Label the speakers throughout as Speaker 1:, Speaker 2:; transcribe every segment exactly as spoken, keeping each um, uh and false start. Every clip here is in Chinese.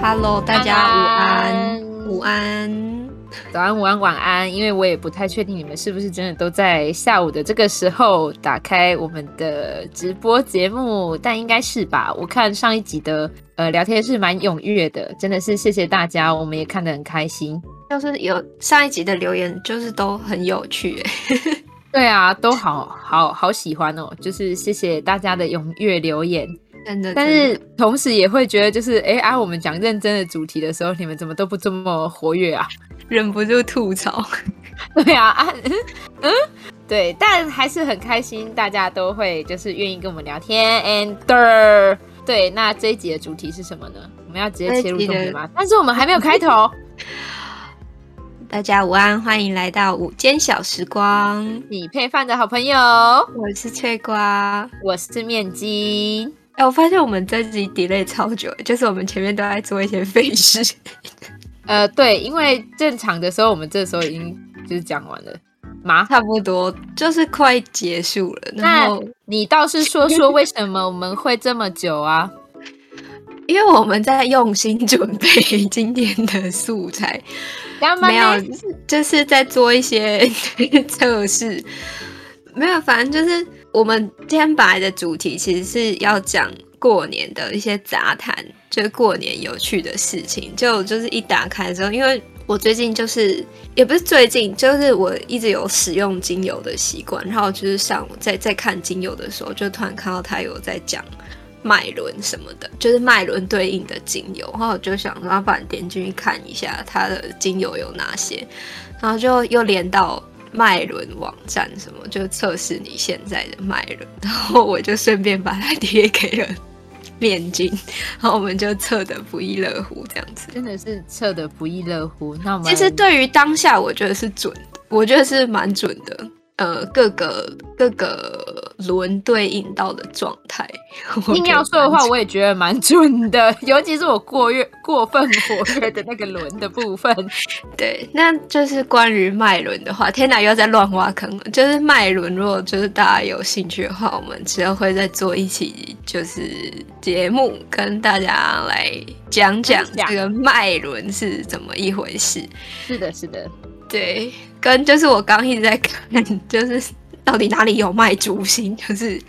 Speaker 1: Hello， 大家午安，午安，
Speaker 2: 早安、午安、晚安。因为我也不太确定你们是不是真的都在下午的这个时候打开我们的直播节目，但应该是吧。我看上一集的呃聊天是蛮踊跃的，真的是谢谢大家，我们也看得很开心。
Speaker 1: 就是有上一集的留言，就是都很有趣
Speaker 2: 对啊，都好好好喜欢哦，就是谢谢大家的踊跃留言。
Speaker 1: 真的，
Speaker 2: 但是同时也会觉得就是哎啊，我们讲认真的主题的时候，你们怎么都不这么活跃啊？
Speaker 1: 忍不住吐槽。
Speaker 2: 对啊，啊嗯嗯，对，但还是很开心，大家都会就是愿意跟我们聊天。And 对，那这一集的主题是什么呢？我们要直接切入重点吗？但是我们还没有开头。
Speaker 1: 大家午安，欢迎来到午间小时光，
Speaker 2: 你配饭的好朋友，
Speaker 1: 我是翠瓜，
Speaker 2: 我是面筋。
Speaker 1: 哎、欸，我发现我们这集 delay 超久，就是我们前面都在做一些废事。
Speaker 2: 呃，对，因为正常的时候，我们这时候已经就是讲完了吗？
Speaker 1: 差不多，就是快结束了。然后
Speaker 2: 你倒是说说为什么我们会这么久啊？
Speaker 1: 因为我们在用心准备今天的素材，没有，就是在做一些测试。没有，反正就是我们今天本来的主题其实是要讲过年的一些杂谈，就是过年有趣的事情。就就是一打开之后，因为我最近就是也不是最近，就是我一直有使用精油的习惯，然后就是上在在看精油的时候，就突然看到他有在讲脉轮什么的，就是脉轮对应的精油，然后我就想说，要不然点进去看一下它的精油有哪些，然后就又连到脉轮网站什么，就测试你现在的脉轮，然后我就顺便把它贴给了面筋，然后我们就测得不亦乐乎，这样子
Speaker 2: 真的是测得不亦乐乎。那我们
Speaker 1: 其实对于当下，我觉得是准的，我觉得是蛮准的。呃，各个各个轮对应到的状态，
Speaker 2: 硬要说的话，我也觉得蛮准的，尤其是我过跃过分活跃的那个轮的部分。
Speaker 1: 对，那就是关于脉轮的话，天哪，又在乱挖坑了。就是脉轮，如果就是大家有兴趣的话，我们之后会再做一期就是节目，跟大家来讲讲这个脉轮是怎么一回事。
Speaker 2: 是的，是的。
Speaker 1: 对，跟就是我刚一直在看，就是到底哪里有卖猪心，就是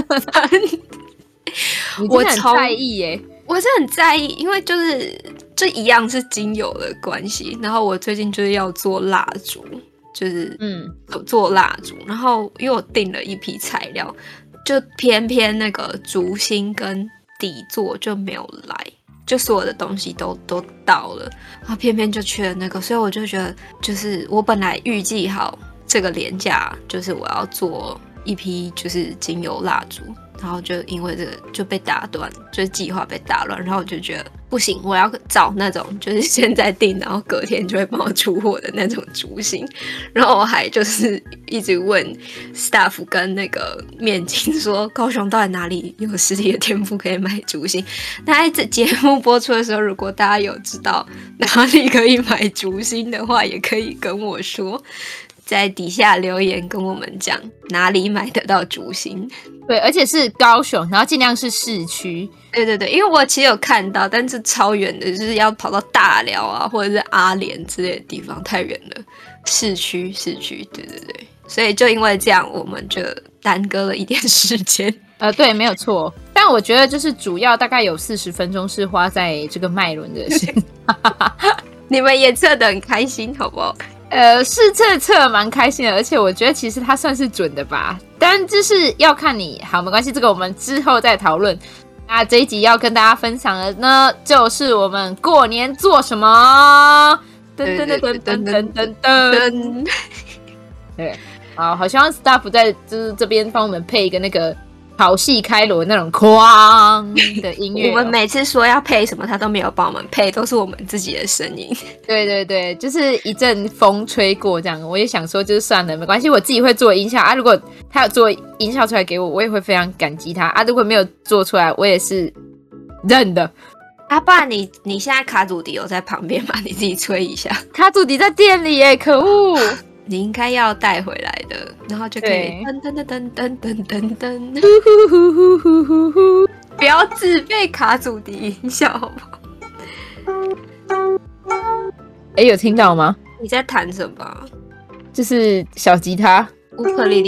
Speaker 2: 我超在意耶，
Speaker 1: 我是很在意，因为就是这一样是精油的关系。然后我最近就是要做蜡烛，就是嗯做蜡烛，然后因为我订了一批材料，就偏偏那个烛心跟底座就没有来。就所有的东西都都到了，然后偏偏就缺了那个，所以我就觉得，就是我本来预计好这个连假，就是我要做一批就是精油蜡烛，然后就因为这个就被打断，就是计划被打乱，然后我就觉得不行，我要找那种就是现在订，然后隔天就会帮我出货的那种烛心。然后我还就是一直问 staff 跟那个面筋说，高雄到底哪里有实体的店铺可以买烛心？那在节目播出的时候，如果大家有知道哪里可以买烛心的话，也可以跟我说。在底下留言跟我们讲哪里买得到烛心。
Speaker 2: 对，而且是高雄，然后尽量是市区。
Speaker 1: 对对对，因为我其实有看到，但是超远的，就是要跑到大寮啊，或者是阿莲之类的地方，太远了。市区，市区，对对对。所以就因为这样，我们就耽搁了一点时间。
Speaker 2: 呃，对，没有错。但我觉得就是主要大概有四十分钟是花在这个脉轮的事。
Speaker 1: 你们也测得很开心，好不好？
Speaker 2: 呃，是测测蛮开心的，而且我觉得其实它算是准的吧，但就是要看你。好，没关系，这个我们之后再讨论。那这一集要跟大家分享的呢，就是我们过年做什么。噔噔噔噔噔噔噔噔。对，好，好希望 staff 在就是这边帮我们配一个那个好戏开锣那种哐的音乐、哦。
Speaker 1: 我们每次说要配什么，他都没有帮我们配，都是我们自己的声音。
Speaker 2: 对对对，就是一阵风吹过这样，我也想说，就是算了，没关系，我自己会做音效啊。如果他有做音效出来给我，我也会非常感激他啊。如果没有做出来，我也是认的。
Speaker 1: 啊，不然你你现在卡祖笛有在旁边吗？你自己吹一下。
Speaker 2: 卡祖笛在店里耶，可恶！
Speaker 1: 你应该要带回来的，然后就可以噔噔噔噔噔噔噔噔，不要自备卡祖笛音效好不好？
Speaker 2: 哎，有听到吗？
Speaker 1: 你在弹什么？
Speaker 2: 就是小吉他，
Speaker 1: 乌克丽丽。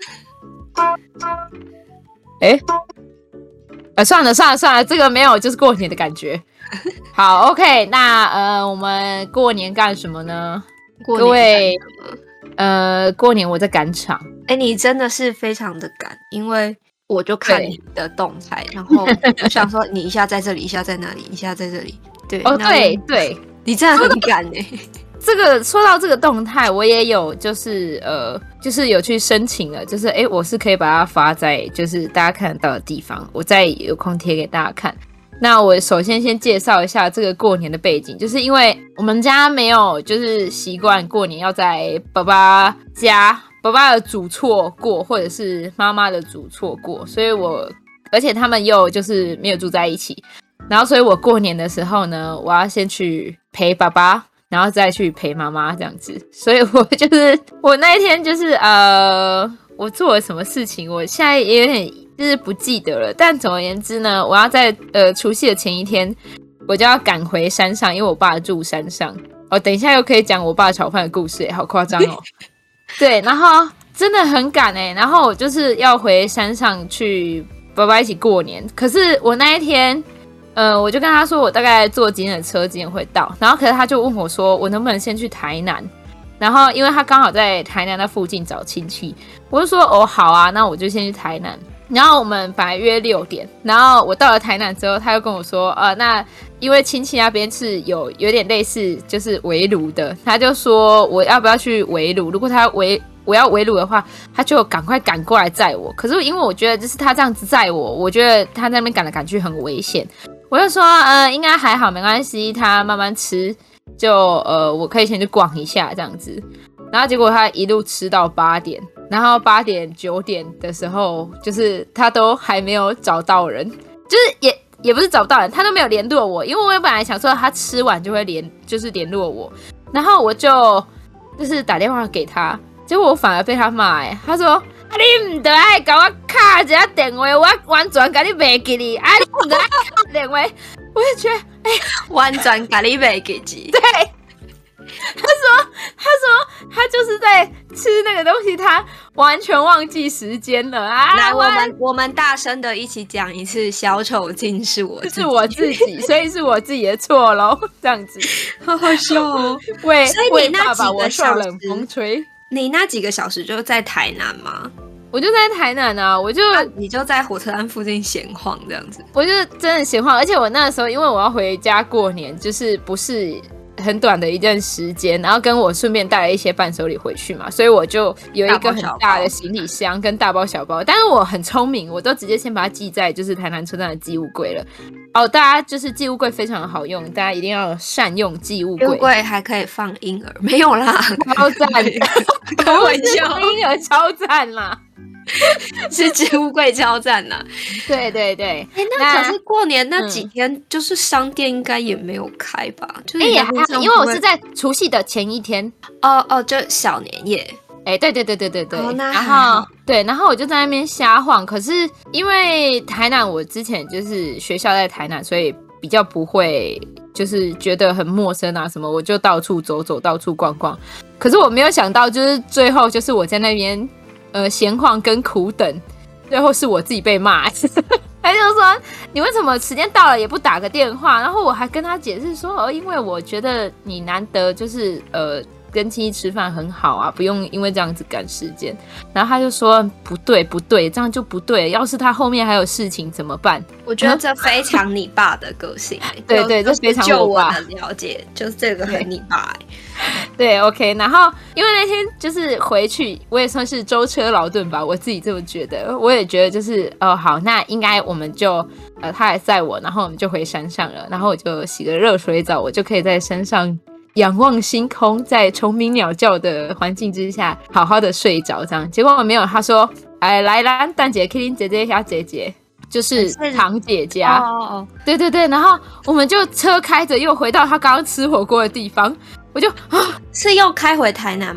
Speaker 2: 哎，呃，算了算了算了，这个没有，就是过年的感觉。好 ，OK， 那呃，我们过年干什么呢？
Speaker 1: 过
Speaker 2: 各位，呃，过年我在赶场。
Speaker 1: 哎，你真的是非常的赶，因为我就看你的动态，然后我想说你一下在这里，一下在哪里，一下在这里。对，
Speaker 2: 哦，对对，
Speaker 1: 你真的很赶哎。
Speaker 2: 这个说到这个动态，我也有就是呃，就是有去申请了，就是哎，我是可以把它发在就是大家看得到的地方，我再有空贴给大家看。那我首先先介绍一下这个过年的背景，就是因为我们家没有就是习惯过年要在爸爸家，爸爸的祖厝过，或者是妈妈的祖厝过，所以我而且他们又就是没有住在一起，然后所以我过年的时候呢，我要先去陪爸爸。然后再去陪妈妈这样子，所以我就是我那一天就是呃，我做了什么事情，我现在也有点就是不记得了。但总而言之呢，我要在呃除夕的前一天，我就要赶回山上，因为我爸住山上。哦，等一下又可以讲我爸炒饭的故事耶，好夸张哦。对，然后真的很赶哎，然后我就是要回山上去爸爸一起过年。可是我那一天。呃，我就跟他说，我大概坐几点的车，几点会到。然后，可是他就问我说，我能不能先去台南？然后，因为他刚好在台南那附近找亲戚，我就说，哦，好啊，那我就先去台南。然后我们本来约六点，然后我到了台南之后，他又跟我说，呃，那因为亲戚那边是有有点类似就是围炉的，他就说我要不要去围炉？如果他围我要围炉的话，他就赶快赶过来载我。可是因为我觉得就是他这样子载我，我觉得他在那边赶来赶去很危险。我就说，呃，应该还好，没关系，他慢慢吃，就呃，我可以先去逛一下这样子。然后结果他一路吃到八点，然后八点九点的时候，就是他都还没有找到人，就是也也不是找不到人，他都没有联络我，因为我本来想说他吃完就会联，就是联络我，然后我就就是打电话给他，结果我反而被他骂，哎，他说。啊！你唔得爱甲我卡一下电话，我完全甲你袂记哩。啊！你唔得爱卡电话，我就觉得，哎、欸，
Speaker 1: 完全甲你袂记记。
Speaker 2: 对，他说，他说他就是在吃那个东西，他完全忘记时间了啊！
Speaker 1: 来，我们我们大声的一起讲一次，小丑竟是我自己，
Speaker 2: 是我自己，所以是我自己的错咯。这样子，
Speaker 1: 好好笑哦。
Speaker 2: 为
Speaker 1: 所以你那几个小时，
Speaker 2: 冷风吹。
Speaker 1: 你那几个小时就在台南吗？
Speaker 2: 我就在台南啊，我就、
Speaker 1: 啊、你就在火车站附近闲晃这样子。
Speaker 2: 我就真的闲晃，而且我那时候因为我要回家过年，就是不是很短的一段时间，然后跟我顺便带了一些伴手礼回去嘛，所以我就有一个很大的行李箱跟大包小包。但是我很聪明，我都直接先把它寄在就是台南车站的寄物柜了。哦，大家就是寄物柜非常好用，大家一定要善用寄物柜。
Speaker 1: 寄物柜还可以放婴儿，没有啦，
Speaker 2: 超赞！
Speaker 1: 开玩笑，
Speaker 2: 婴儿超赞啦。
Speaker 1: 是寄物柜超赞啦。
Speaker 2: 对对对，
Speaker 1: 欸、那可是过年那几天，嗯、就是商店应该也没有开吧？就是
Speaker 2: 哎呀，因为我是在除夕的前一天。
Speaker 1: 哦哦，就小年夜。
Speaker 2: 哎、欸，对对对对对对，
Speaker 1: 哦、
Speaker 2: 然后对，然后我就在那边瞎晃。可是因为台南，我之前就是学校在台南，所以比较不会就是觉得很陌生啊什么，我就到处走走，到处逛逛。可是我没有想到，就是最后就是我在那边呃闲晃跟苦等，最后是我自己被骂。他就说你为什么时间到了也不打个电话？然后我还跟他解释说，哦，因为我觉得你难得就是呃。跟亲戚吃饭很好啊，不用因为这样子赶时间。然后他就说不对不对，这样就不对，要是他后面还有事情怎么办？
Speaker 1: 我觉得这非常你爸的个性、欸、
Speaker 2: 对对，这非常
Speaker 1: 就我的了解，就是这个很你爸、欸、
Speaker 2: 对 OK。 然后因为那天就是回去我也算是舟车劳顿吧，我自己这么觉得。我也觉得就是哦好，那应该我们就呃他还载我，然后我们就回山上了，然后我就洗个热水澡，我就可以在山上仰望星空，在虫鸣鸟叫的环境之下好好的睡着这样。结果我没有，他说哎来啦，蛋姐可以姐姐家姐姐就是堂姐家、哦、对对对，然后我们就车开着又回到他刚刚吃火锅的地方。我就啊，
Speaker 1: 是又开回台南吗？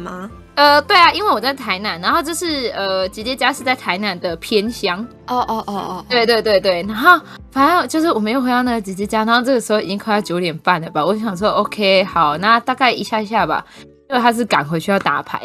Speaker 2: 呃，对啊，因为我在台南，然后就是呃，姐姐家是在台南的偏乡。
Speaker 1: 哦哦哦哦，
Speaker 2: 对对对对，然后反正就是我们又回到那个姐姐家，然后这个时候已经快要九点半了吧，我想说 OK 好，那大概一下下吧，因为他是赶回去要打牌，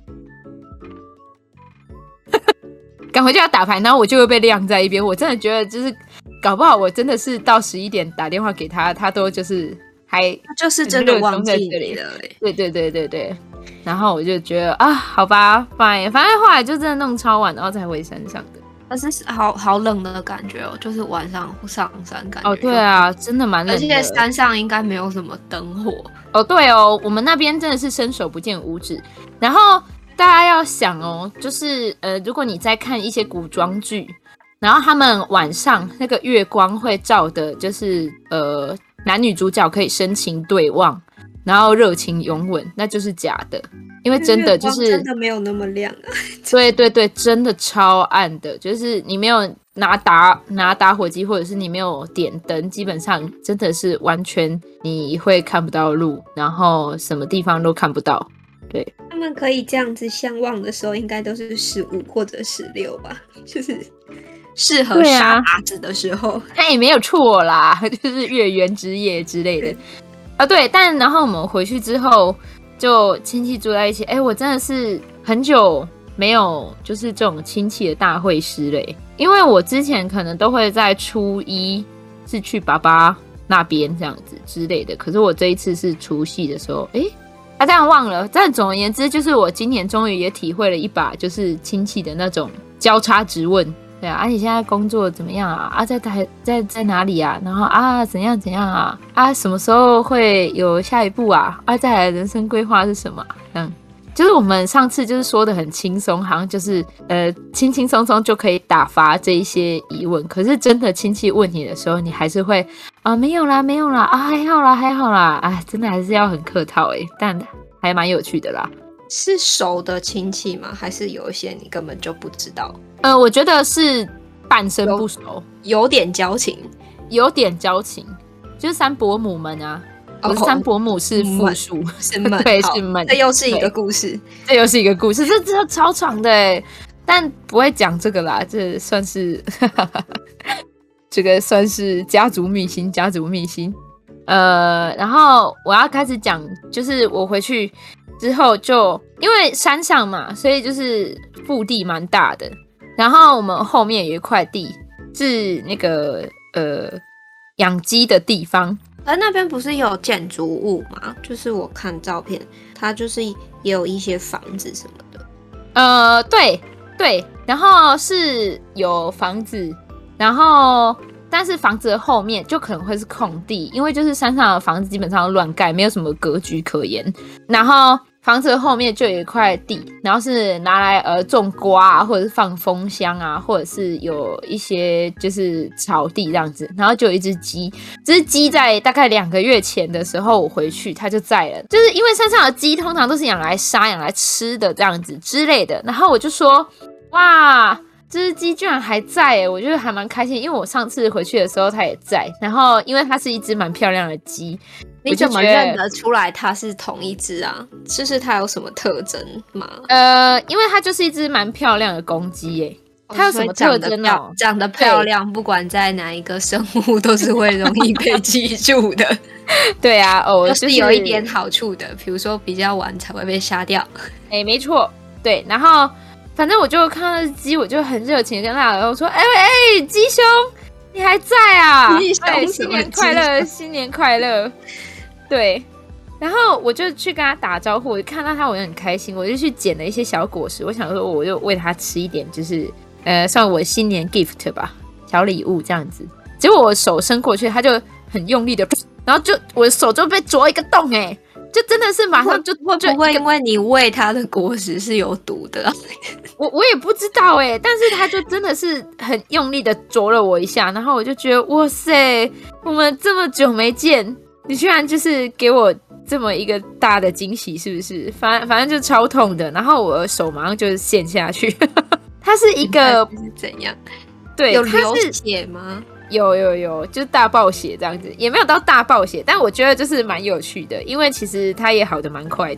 Speaker 2: 赶回去要打牌，然后我就会被晾在一边，我真的觉得就是搞不好我真的是到十一点打电话给他，他都就是还
Speaker 1: 就是真的忘记你了，
Speaker 2: 对对对对对。然后我就觉得啊，好吧 ，fine， 反正后来就真的弄超晚，然后才回山上的。
Speaker 1: 但是好好冷的感觉哦，就是晚上上山感觉。
Speaker 2: 哦，对啊，真的蛮冷的。
Speaker 1: 而且山上应该没有什么灯火。
Speaker 2: 哦，对哦，我们那边真的是伸手不见五指。然后大家要想哦，就是呃，如果你在看一些古装剧，然后他们晚上那个月光会照的，就是呃，男女主角可以深情对望。然后热情拥吻，那就是假的，因为真的就是
Speaker 1: 真的没有那么亮啊。
Speaker 2: 对对对，真的超暗的，就是你没有拿打拿打火机，或者是你没有点灯，基本上真的是完全你会看不到路，然后什么地方都看不到。对，
Speaker 1: 他们可以这样子相望的时候，应该都是十五或者十六吧，就是适合杀靶子的时候。
Speaker 2: 他也没有错啦，就是月圆之夜之类的。啊，对，但然后我们回去之后，就亲戚住在一起。哎，我真的是很久没有就是这种亲戚的大会师嘞，因为我之前可能都会在初一是去爸爸那边这样子之类的，可是我这一次是除夕的时候，哎，啊这样忘了。但总而言之，就是我今年终于也体会了一把，就是亲戚的那种交叉质问。对啊，啊你现在工作怎么样啊？啊在台在在哪里啊？然后啊怎样怎样啊？啊什么时候会有下一步啊？啊再来人生规划是什么？嗯，就是我们上次就是说的很轻松，好像就是呃轻轻松松就可以打发这一些疑问。可是真的亲戚问你的时候，你还是会啊没有啦没有啦啊还好啦还好啦，哎真的还是要很客套哎、欸，但还蛮有趣的啦。
Speaker 1: 是熟的亲戚吗？还是有一些你根本就不知道？
Speaker 2: 呃，我觉得是半生不熟，
Speaker 1: 有, 有点交情，
Speaker 2: 有点交情，就是三伯母们啊。不是三伯母是复数，
Speaker 1: 是们，
Speaker 2: 对，是们。
Speaker 1: 这又是一个故事，
Speaker 2: 这又是一个故事，这这超长的哎，但不会讲这个啦，这算是这个算是家族秘辛，家族秘辛。呃，然后我要开始讲，就是我回去之后就因为山上嘛，所以就是腹地蛮大的。然后我们后面有一块地是那个呃养鸡的地方，
Speaker 1: 而那边不是有建筑物吗？就是我看照片，它就是也有一些房子什么的。
Speaker 2: 呃，对对，然后是有房子，然后但是房子的后面就可能会是空地，因为就是山上的房子基本上乱盖，没有什么格局可言。然后房子的后面就有一块地，然后是拿来呃种瓜啊，或者是放蜂箱啊，或者是有一些就是草地这样子。然后就有一只鸡，这只鸡在大概两个月前的时候我回去，它就在了。就是因为山上的鸡通常都是养来杀、养来吃的这样子之类的。然后我就说，哇，这只鸡居然还在耶，我觉得还蛮开心，因为我上次回去的时候它也在。然后因为它是一只蛮漂亮的鸡。
Speaker 1: 你怎么认得出来它是同一只啊？就是它有什么特征吗？
Speaker 2: 呃，因为它就是一只蛮漂亮的公鸡耶。它有什么特征呢、哦？
Speaker 1: 长得漂亮，不管在哪一个生物都是会容易被记住的。
Speaker 2: 对啊，哦，
Speaker 1: 就是有一点好处的，比如说比较晚才会被杀掉。
Speaker 2: 哎、欸，没错，对。然后反正我就看到鸡，我就很热情的跟大家说：“哎哎，鸡兄，你还在啊？
Speaker 1: 鸡兄，
Speaker 2: 新年快乐，新年快乐。”对，然后我就去跟他打招呼，我就看到他，我就很开心，我就去捡了一些小果实，我想说我就喂他吃一点，就是呃，算我新年 gift 吧，小礼物这样子。结果我手伸过去，他就很用力的，然后就我的手就被啄一个洞、欸，哎，就真的是马上就
Speaker 1: 会不会因为你喂他的果实是有毒的、啊？
Speaker 2: 我我也不知道哎、欸，但是他就真的是很用力的啄了我一下，然后我就觉得哇塞，我们这么久没见。你居然就是给我这么一个大的惊喜，是不是？反反正就超痛的，然后我的手马上就陷下去。它是一个
Speaker 1: 是怎样？
Speaker 2: 对，
Speaker 1: 有流血吗？
Speaker 2: 有有有，就是大爆血这样子，也没有到大爆血，但我觉得就是蛮有趣的，因为其实它也好的蛮快的。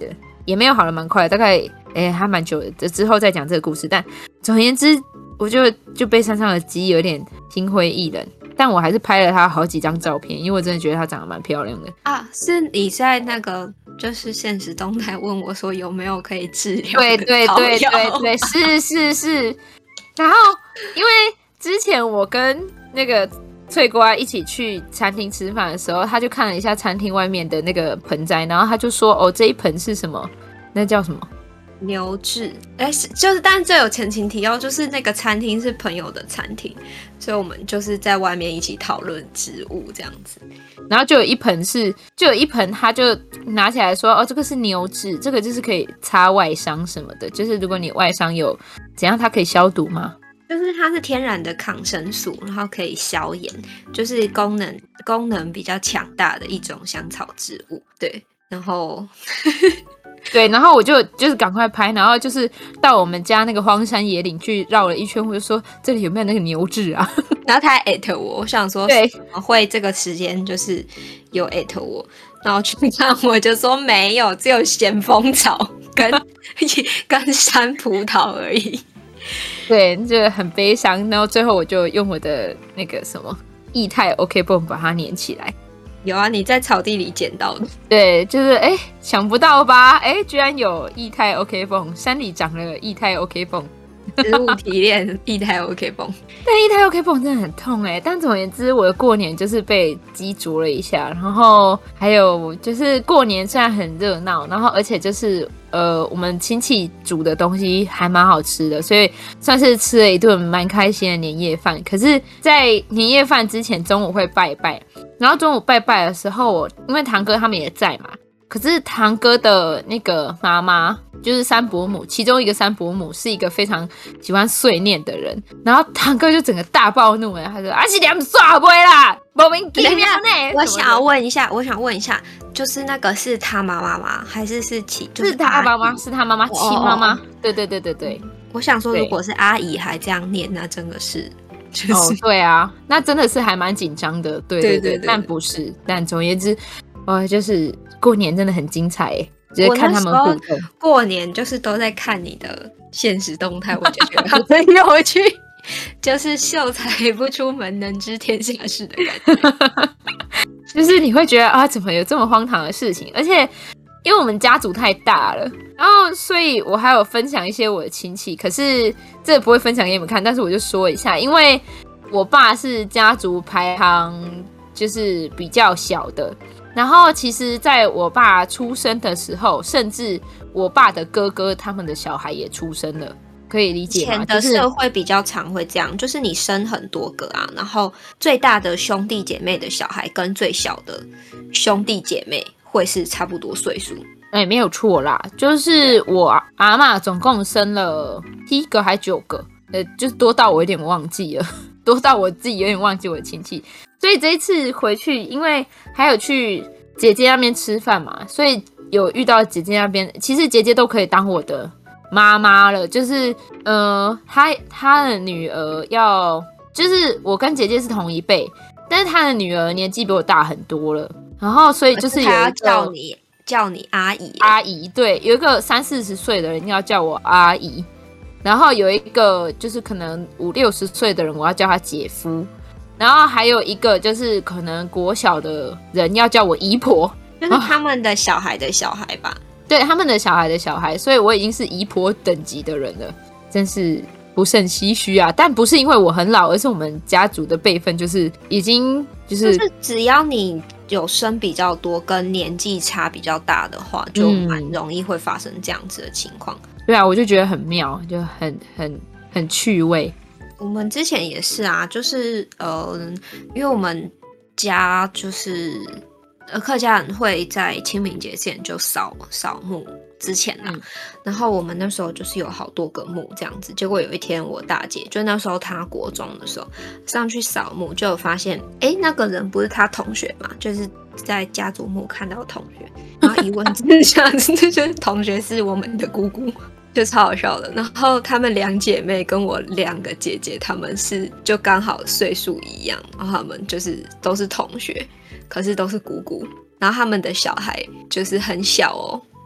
Speaker 2: 也没有好了蛮快的，大概哎还蛮久的，之后再讲这个故事。但总而言之，我就就被山上的鸡有点心灰意冷，但我还是拍了她好几张照片，因为我真的觉得她长得蛮漂亮的
Speaker 1: 啊。是你在那个就是现实动态问我说有没有可以治疗
Speaker 2: 的？对对对对对，是是是。然后因为之前我跟那个翠瓜一起去餐厅吃饭的时候，他就看了一下餐厅外面的那个盆栽，然后他就说：“哦，这一盆是什么？那叫什么？
Speaker 1: 牛至。”哎，就是，但这有前情提要，就是那个餐厅是朋友的餐厅，所以我们就是在外面一起讨论植物这样子。
Speaker 2: 然后就有一盆是，就有一盆，他就拿起来说：“哦，这个是牛至，这个就是可以擦外伤什么的，就是如果你外伤有怎样，它可以消毒吗？”
Speaker 1: 就是它是天然的抗生素，然后可以消炎，就是功能功能比较强大的一种香草植物。对，然后
Speaker 2: 对，然后我就就是赶快拍，然后就是到我们家那个荒山野岭去绕了一圈，我就说这里有没有那个牛至啊？
Speaker 1: 然后他还艾特我，我想说
Speaker 2: 对，
Speaker 1: 怎么会这个时间就是有艾特我，然后去看我就说没有，只有咸丰草跟跟山葡萄而已。
Speaker 2: 对，就很悲伤，然后最后我就用我的那个什么液态 OK 绷把它粘起来。
Speaker 1: 有啊，你在草地里捡到的。
Speaker 2: 对，就是哎，想不到吧？哎，居然有液态 OK 绷，山里长了液态 OK 绷。
Speaker 1: 植物提炼液态 OK 绷，
Speaker 2: 但液态 OK 绷真的很痛哎、欸。但总而言之，我的过年就是被鸡啄了一下，然后还有就是过年虽然很热闹，然后而且就是呃我们亲戚煮的东西还蛮好吃的，所以算是吃了一顿蛮开心的年夜饭。可是，在年夜饭之前，中午会拜拜，然后中午拜拜的时候，我因为堂哥他们也在嘛。可是堂哥的那个妈妈就是三伯母，其中一个三伯母是一个非常喜欢碎念的人，然后堂哥就整个大暴怒了，他说：“啊是两耍不啦，莫名其妙呢。”
Speaker 1: 我想要问一下，我想问一下，就是那个是他妈妈吗？还是是其就是
Speaker 2: 他妈妈？是他妈妈，亲妈妈。对对对对对。
Speaker 1: 我想说，如果是阿姨还这样念，那真的是。就是、
Speaker 2: 哦，对啊，那真的是还蛮紧张的，对对 对, 对, 对, 对，但不是，但总而言之，哇，就是过年真的很精彩耶，就是看他们互动。
Speaker 1: 过年就是都在看你的现实动态，我就觉得很有趣，就是秀才不出门，能知天下事的感觉。
Speaker 2: 就是你会觉得啊，怎么有这么荒唐的事情？而且因为我们家族太大了，然后所以我还有分享一些我的亲戚，可是这个不会分享给你们看，但是我就说一下，因为我爸是家族排行就是比较小的，然后其实在我爸出生的时候，甚至我爸的哥哥他们的小孩也出生了，可以理解吗？
Speaker 1: 以前的社会比较常会这样，就是你生很多个啊，然后最大的兄弟姐妹的小孩跟最小的兄弟姐妹会是差不多岁数。
Speaker 2: 哎、欸，没有错啦，就是我阿嬷总共生了七个还九个，呃，就是多到我有点忘记了，多到我自己有点忘记我的亲戚。所以这一次回去，因为还有去姐姐那边吃饭嘛，所以有遇到姐姐那边，其实姐姐都可以当我的妈妈了。就是呃，她她的女儿要，就是我跟姐姐是同一辈，但是她的女儿年纪比我大很多了，然后所以就是有一个
Speaker 1: 她要叫你叫你阿姨，
Speaker 2: 阿姨，对，有一个三四十岁的人要叫我阿姨，然后有一个就是可能五六十岁的人，我要叫他姐夫。然后还有一个就是可能国小的人要叫我姨婆，
Speaker 1: 就是他们的小孩的小孩吧、哦、
Speaker 2: 对，他们的小孩的小孩，所以我已经是姨婆等级的人了，真是不胜唏嘘啊。但不是因为我很老，而是我们家族的辈分就是已经就是、
Speaker 1: 就是、只要你有生比较多跟年纪差比较大的话，就蛮容易会发生这样子的情况、嗯、
Speaker 2: 对啊，我就觉得很妙，就很很很趣味。
Speaker 1: 我们之前也是啊，就是呃，因为我们家就是呃客家人会在清明节前就扫扫墓之前啊、嗯，然后我们那时候就是有好多个墓这样子。结果有一天我大姐，就那时候她国中的时候上去扫墓，就有发现，哎，那个人不是她同学嘛，就是在家族墓看到同学，然后一问之下，就是同学是我们的姑姑。就超好笑的，然后她们两姐妹跟我两个姐姐，她们是就刚好岁数一样，然后她们就是都是同学，可是都是姑姑，然后她们的小孩就是很小哦，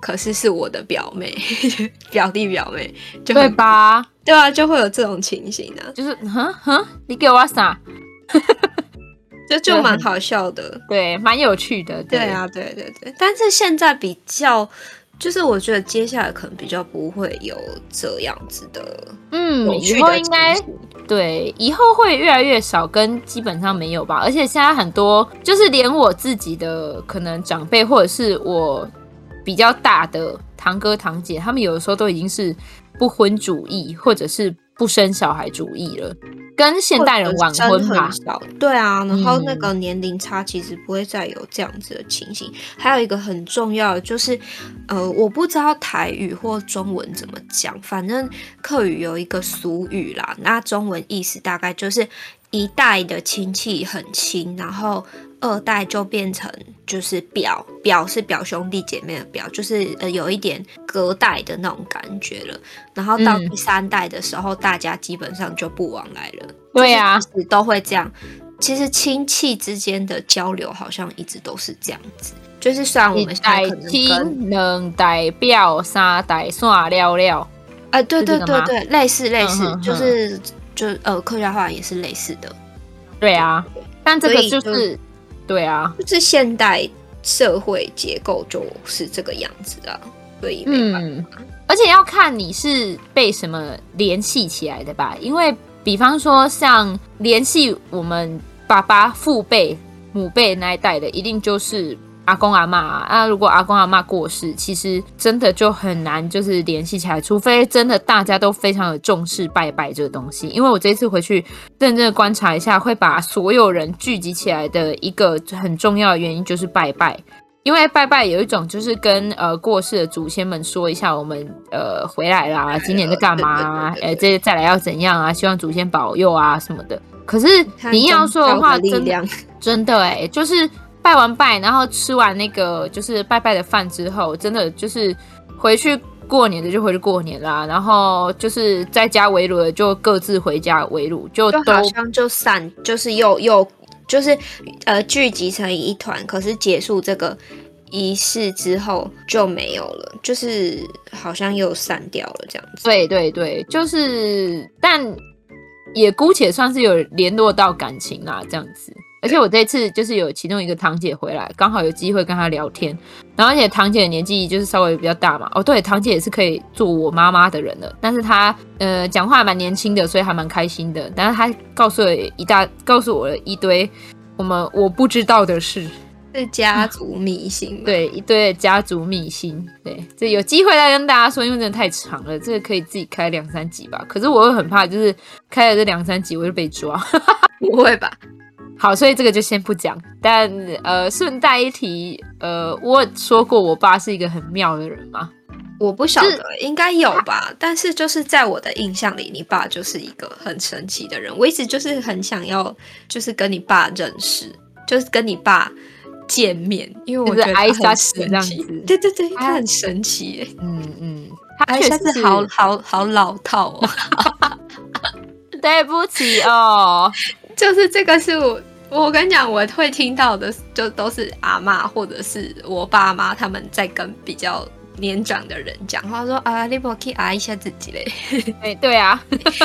Speaker 1: 可是是我的表妹表弟表妹，就
Speaker 2: 对吧？
Speaker 1: 对啊，就会有这种情形啊，
Speaker 2: 就是哼哼，你给我啥？
Speaker 1: 就就蛮好笑的，
Speaker 2: 对，蛮有趣的。
Speaker 1: 对, 对啊，对对对。但是现在比较，就是我觉得接下来可能比较不会有这样子的，
Speaker 2: 嗯，以后应该对，以后会越来越少，跟基本上没有吧。而且现在很多，就是连我自己的可能长辈，或者是我比较大的堂哥堂姐，他们有的时候都已经是不婚主义，或者是不生小孩主义了。跟现代人晚婚吧，
Speaker 1: 对啊，然后那个年龄差其实不会再有这样子的情形。嗯、还有一个很重要的就是，呃，我不知道台语或中文怎么讲，反正客语有一个俗语啦，那中文意思大概就是一代的亲戚很亲，然后二代就变成就是表表是表兄弟姐妹的表，就是呃有一点隔代的那种感觉了。然后到第三代的时候，嗯、大家基本上就不往来了。
Speaker 2: 对啊，
Speaker 1: 就是都会这样。其实亲戚之间的交流好像一直都是这样子。就是虽然我们现在可能
Speaker 2: 跟两代表三代算了了，
Speaker 1: 哎、呃，对对对对，类似类似，嗯、哼哼就是就呃客家话也是类似的。
Speaker 2: 对啊，但这个就是。对啊，
Speaker 1: 就是现代社会结构就是这个样子啊，所以没办法。
Speaker 2: 嗯，而且要看你是被什么联系起来的吧，因为比方说像联系我们爸爸父辈母辈那一代的，一定就是阿公阿嬷啊。那如果阿公阿嬷过世，其实真的就很难就是联系起来，除非真的大家都非常的重视拜拜这个东西。因为我这次回去认真的观察一下，会把所有人聚集起来的一个很重要的原因就是拜拜。因为拜拜有一种就是跟呃过世的祖先们说一下我们呃回来啦，今年在干嘛啊，呃这再来要怎样啊，希望祖先保佑啊什么的。可是你要说的话，真的真的哎、欸，就是拜完拜，然后吃完那个就是拜拜的饭之后，真的就是回去过年的就回去过年啦，然后就是在家围炉的就各自回家围炉，就都
Speaker 1: 就好像就散，就是又又就是呃聚集成一团，可是结束这个仪式之后就没有了，就是好像又散掉了这样子。
Speaker 2: 对对对，就是但也姑且算是有联络到感情啦，这样子。而且我这次就是有其中一个堂姐回来，刚好有机会跟她聊天，然后而且堂姐的年纪就是稍微比较大嘛，哦对，堂姐也是可以做我妈妈的人了，但是她呃讲话还蛮年轻的，所以还蛮开心的。但是她告诉了一大，告诉我了一堆我们我不知道的事，
Speaker 1: 是家族迷信，
Speaker 2: 对，一堆家族迷信，对，这有机会再跟大家说，因为真的太长了，这个可以自己开两三集吧。可是我会很怕，就是开了这两三集我就被抓，
Speaker 1: 不会吧？
Speaker 2: 好，所以这个就先不讲。但呃，顺带一提，呃，我说过我爸是一个很妙的人吗？
Speaker 1: 我不晓得，应该有吧。但是就是在我的印象里，你爸就是一个很神奇的人。我一直就是很想要，就是跟你爸认识，就是跟你爸见面，因为我觉得他很神奇。对对对，他很神奇耶。
Speaker 2: 嗯嗯，
Speaker 1: 他确实是好好好老套哦。
Speaker 2: 对不起哦，
Speaker 1: 就是这个是我。我跟你讲，我会听到的就都是阿嬷或者是我爸妈他们在跟比较年长的人讲话，说啊，你不可以啊一下自己嘞。
Speaker 2: 哎，对啊，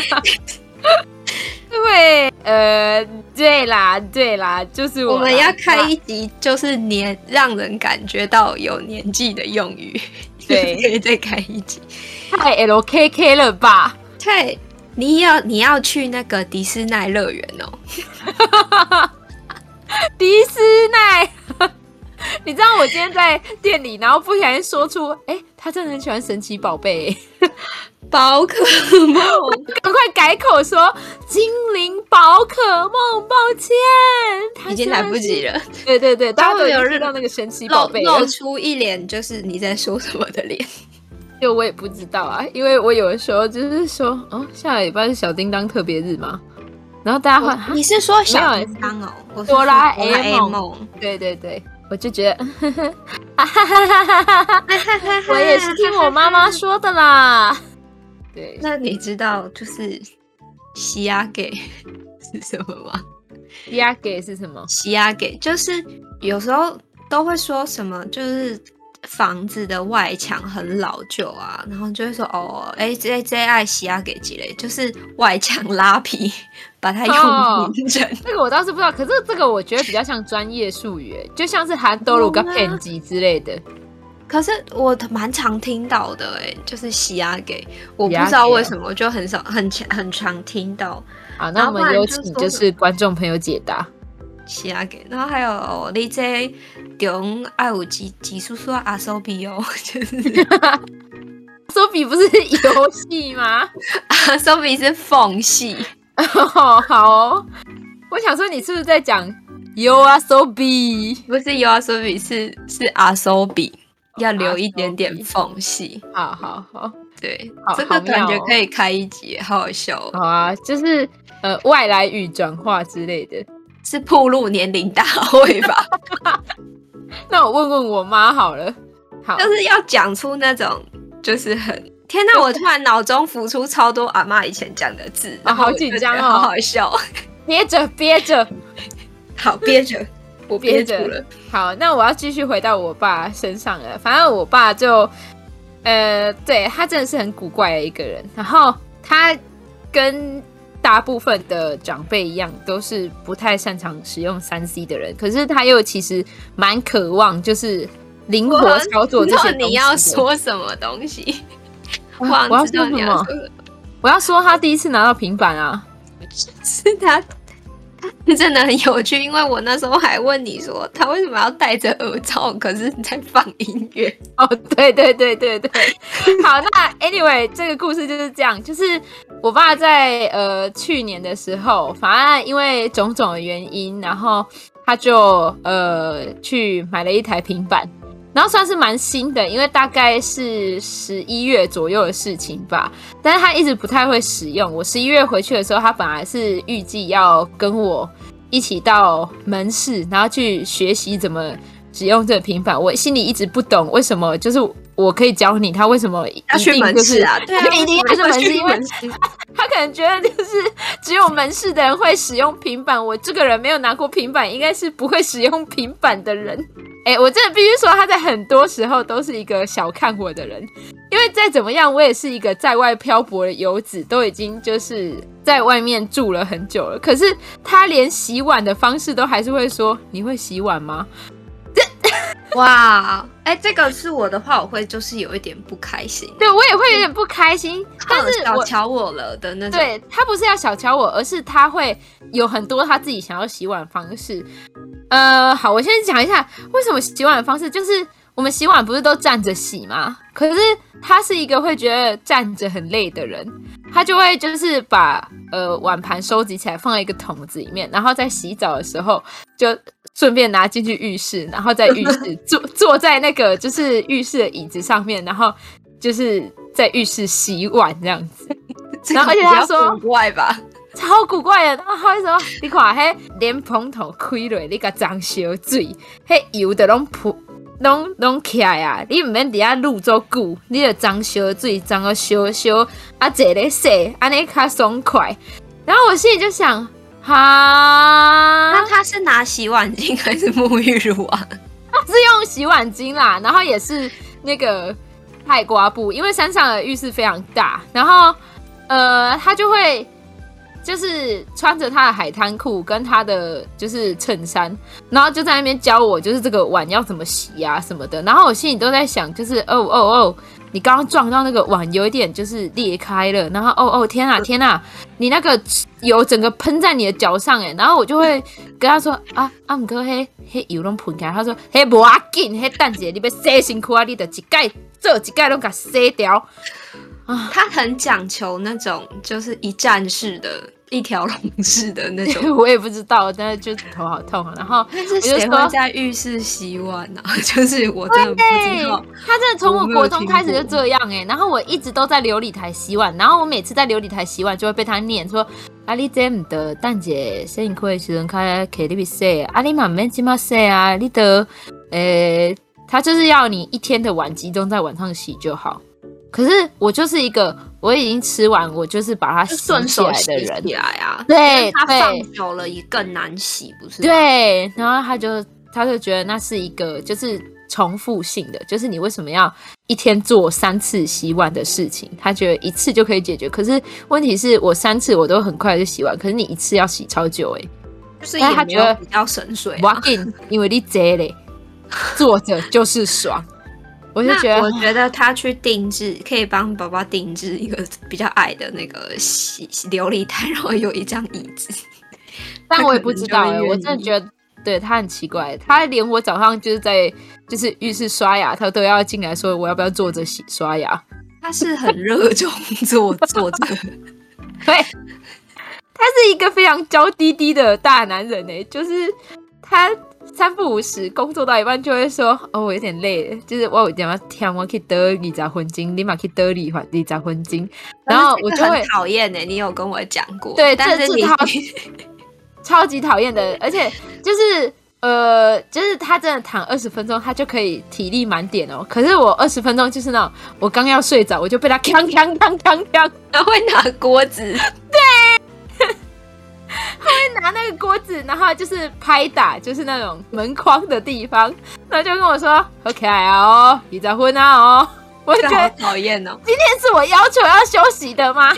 Speaker 2: 对，呃，对啦，对啦，就是我,
Speaker 1: 我们要开一集，就是年让人感觉到有年纪的用语，
Speaker 2: 对，
Speaker 1: 可以再开一集。
Speaker 2: 太 L K K 了吧？
Speaker 1: 太。你要你要去那个迪士尼乐园哦，
Speaker 2: 迪士尼，你知道我今天在店里，然后不小心说出，哎、欸，他真的很喜欢神奇宝贝，
Speaker 1: 宝可梦，
Speaker 2: 赶快改口说精灵宝可梦，抱歉，
Speaker 1: 已经来不及了。
Speaker 2: 对对对，大家都有认到那个神奇宝贝，
Speaker 1: 露出一脸就是你在说什么的脸。
Speaker 2: 就我也不知道啊，因为我有的时候就是说，哦，下礼拜是小叮当特别日嘛，然后大家会，
Speaker 1: 你是说小叮当哦？我是
Speaker 2: 哆啦
Speaker 1: A 梦，
Speaker 2: 对对对，我就觉得，我也是听我妈妈说的啦。对，
Speaker 1: 那你知道就是西亚给是什么吗？
Speaker 2: 西亚给是什么？
Speaker 1: 西亚给就是有时候都会说什么，就是。 房子的外墙很老旧啊，然后就会说哦，哎，这这爱洗啊给几类，就是外墙拉皮，把它用平整。
Speaker 2: 这个我倒是不知道，可是这个我觉得比较像专业术语，就像是韩多鲁跟片机之类的。
Speaker 1: 可是我蛮常听到的，哎，就是洗啊给，我不知道为什么就很少很很常听到。
Speaker 2: 好，那我们有请就是观众朋友解答。
Speaker 1: 洗啊给，然后还有你这中爱有几几叔叔阿手比哦，就是
Speaker 2: 手比不是游戏吗？
Speaker 1: 阿手比是缝隙。
Speaker 2: 哦，好哦，我想说你是不是在讲有阿手比？
Speaker 1: 不是有阿手比，是是阿手比，要留一点点缝隙。
Speaker 2: 好好好，
Speaker 1: 对，这个感觉可以开一集，好好笑哦。
Speaker 2: 好啊，就是呃外来语转化之类的。
Speaker 1: 是暴露年龄大会吧？
Speaker 2: 那我问问我妈好了。好，
Speaker 1: 就是要讲出那种，就是很天哪！我突然脑中浮出超多阿嬷以前讲的字，
Speaker 2: 哦、好紧张哦，
Speaker 1: 好好笑。
Speaker 2: 憋着憋着，
Speaker 1: 好憋着，我憋住了。
Speaker 2: 好，那我要继续回到我爸身上了。反正我爸就，呃，对他真的是很古怪的一个人。然后他跟大部分的长辈一样，都是不太擅长使用三 C 的人，可是他又其实蛮渴望就是灵活操作这些东西。
Speaker 1: 你要说什么东西？
Speaker 2: 我要说什么？我要说他第一次拿到平板啊，
Speaker 1: 是他，他真的很有趣，因为我那时候还问你说他为什么要戴着耳罩，可是在放音乐。
Speaker 2: 哦，对对对对对。好，那 anyway 这个故事就是这样，就是我爸在呃去年的时候，反正因为种种的原因，然后他就呃去买了一台平板，然后算是蛮新的，因为大概是十一月左右的事情吧，但是他一直不太会使用。我十一月回去的时候，他本来是预计要跟我一起到门市，然后去学习怎么使用这个平板。我心里一直不懂为什么，就是我可以教你，他为什么一定就是
Speaker 1: 要去门市啊？对啊，
Speaker 2: 一定要去门市，因为他可能觉得就是只有门市的人会使用平板，我这个人没有拿过平板，应该是不会使用平板的人。哎、欸，我真的必须说，他在很多时候都是一个小看我的人，因为再怎么样，我也是一个在外漂泊的游子，都已经就是在外面住了很久了。可是他连洗碗的方式都还是会说：“你会洗碗吗？”
Speaker 1: 哇，哎、欸，这个是我的话，我会就是有一点不开心。
Speaker 2: 对，我也会有点不开心，但是
Speaker 1: 小瞧我了的那种。
Speaker 2: 对，他不是要小瞧我，而是他会有很多他自己想要洗碗的方式。呃，好，我先讲一下为什么洗碗的方式，就是我们洗碗不是都站着洗吗？可是他是一个会觉得站着很累的人，他就会就是把呃碗盘收集起来放在一个桶子里面，然后在洗澡的时候就顺便拿进去浴室，然后在浴室坐坐在那个就是浴室的椅子上面，然后就是在浴室洗碗这样子。然后而且他说
Speaker 1: 古怪吧，
Speaker 2: 超古怪的。然后他会说：“你看，迄莲蓬头开落，你甲装烧水，迄油就拢扑。”拢拢起来啊！你唔免伫遐卤做久，你就装烧水，装个烧烧啊，坐咧洗，安尼较爽快。然后我心里就想，哈，
Speaker 1: 那他是拿洗碗巾还是沐浴乳啊？
Speaker 2: 他是用洗碗巾啦，然后也是那个菜瓜布，因为山上的浴室非常大，然后呃，他就会。就是穿着他的海滩裤跟他的就是衬衫，然后就在那边教我，就是这个碗要怎么洗啊什么的。然后我心里都在想，就是哦哦哦，你刚刚撞到那个碗有一点就是裂开了，然后哦哦天啊天啊，你那个油整个喷在你的脚上哎，然后我就会跟他说啊啊，不过迄迄油拢喷开，他说迄无要紧，迄等下你要洗身躯啊，你就一盖做一盖拢给洗掉。
Speaker 1: 啊，他很讲求那种就是一站式的。一条龙式的那种，
Speaker 2: 我也不知道，但是就头好痛。然后
Speaker 1: 但是谁会在浴室洗碗啊？就是我真的不知道。
Speaker 2: 他真的从我国中开始就这样哎、欸，然后我一直都在琉璃台洗碗，然后我每次在琉璃台洗碗就会被他念说：“啊，你这唔得，等下洗完裤的时阵开开你洗，啊你嘛免这么洗啊，你得诶、欸，他就是要你一天的碗集中在晚上洗就好。”可是我就是一个我已经吃完，我就是把它洗起来的人，
Speaker 1: 洗起来啊，
Speaker 2: 对，
Speaker 1: 它放久了也更难洗，不是？
Speaker 2: 对，然后他就他就觉得那是一个就是重复性的，就是你为什么要一天做三次洗碗的事情，他觉得一次就可以解决，可是问题是我三次我都很快就洗完，可是你一次要洗超久欸，
Speaker 1: 就是也没有比较省水啊，
Speaker 2: 我紧，因为你这嘞坐着就是爽。我就觉得，
Speaker 1: 我觉得他去定制，可以帮宝宝定制一个比较矮的那个洗琉璃台，然后有一张椅子。
Speaker 2: 但我也不知道哎、欸，我真的觉得对他很奇怪，他连我早上就是在就是浴室刷牙，他都要进来说我要不要坐着洗刷牙。
Speaker 1: 他是很热衷做做这个，
Speaker 2: 对，他是一个非常娇滴滴的大男人哎、欸，就是他。三不五时工作到一半就会说哦我有点累了，就是我有点要听我去得二十分钟，你嘛去得二十分钟，然后我就会
Speaker 1: 很讨厌欸，你有跟我讲过，
Speaker 2: 对，
Speaker 1: 但是你
Speaker 2: 这超级讨厌的，而且就是呃，就是他真的躺二十分钟，他就可以体力满点哦。可是我二十分钟就是那种我刚要睡着，我就被他锵锵锵锵锵，
Speaker 1: 然后会拿锅子，
Speaker 2: 对。他会拿那个锅子，然后就是拍打，就是那种门框的地方，然后就跟我说好可爱哦，你在混啊哦，我就觉得
Speaker 1: 好讨厌哦。
Speaker 2: 今天是我要求要休息的吗？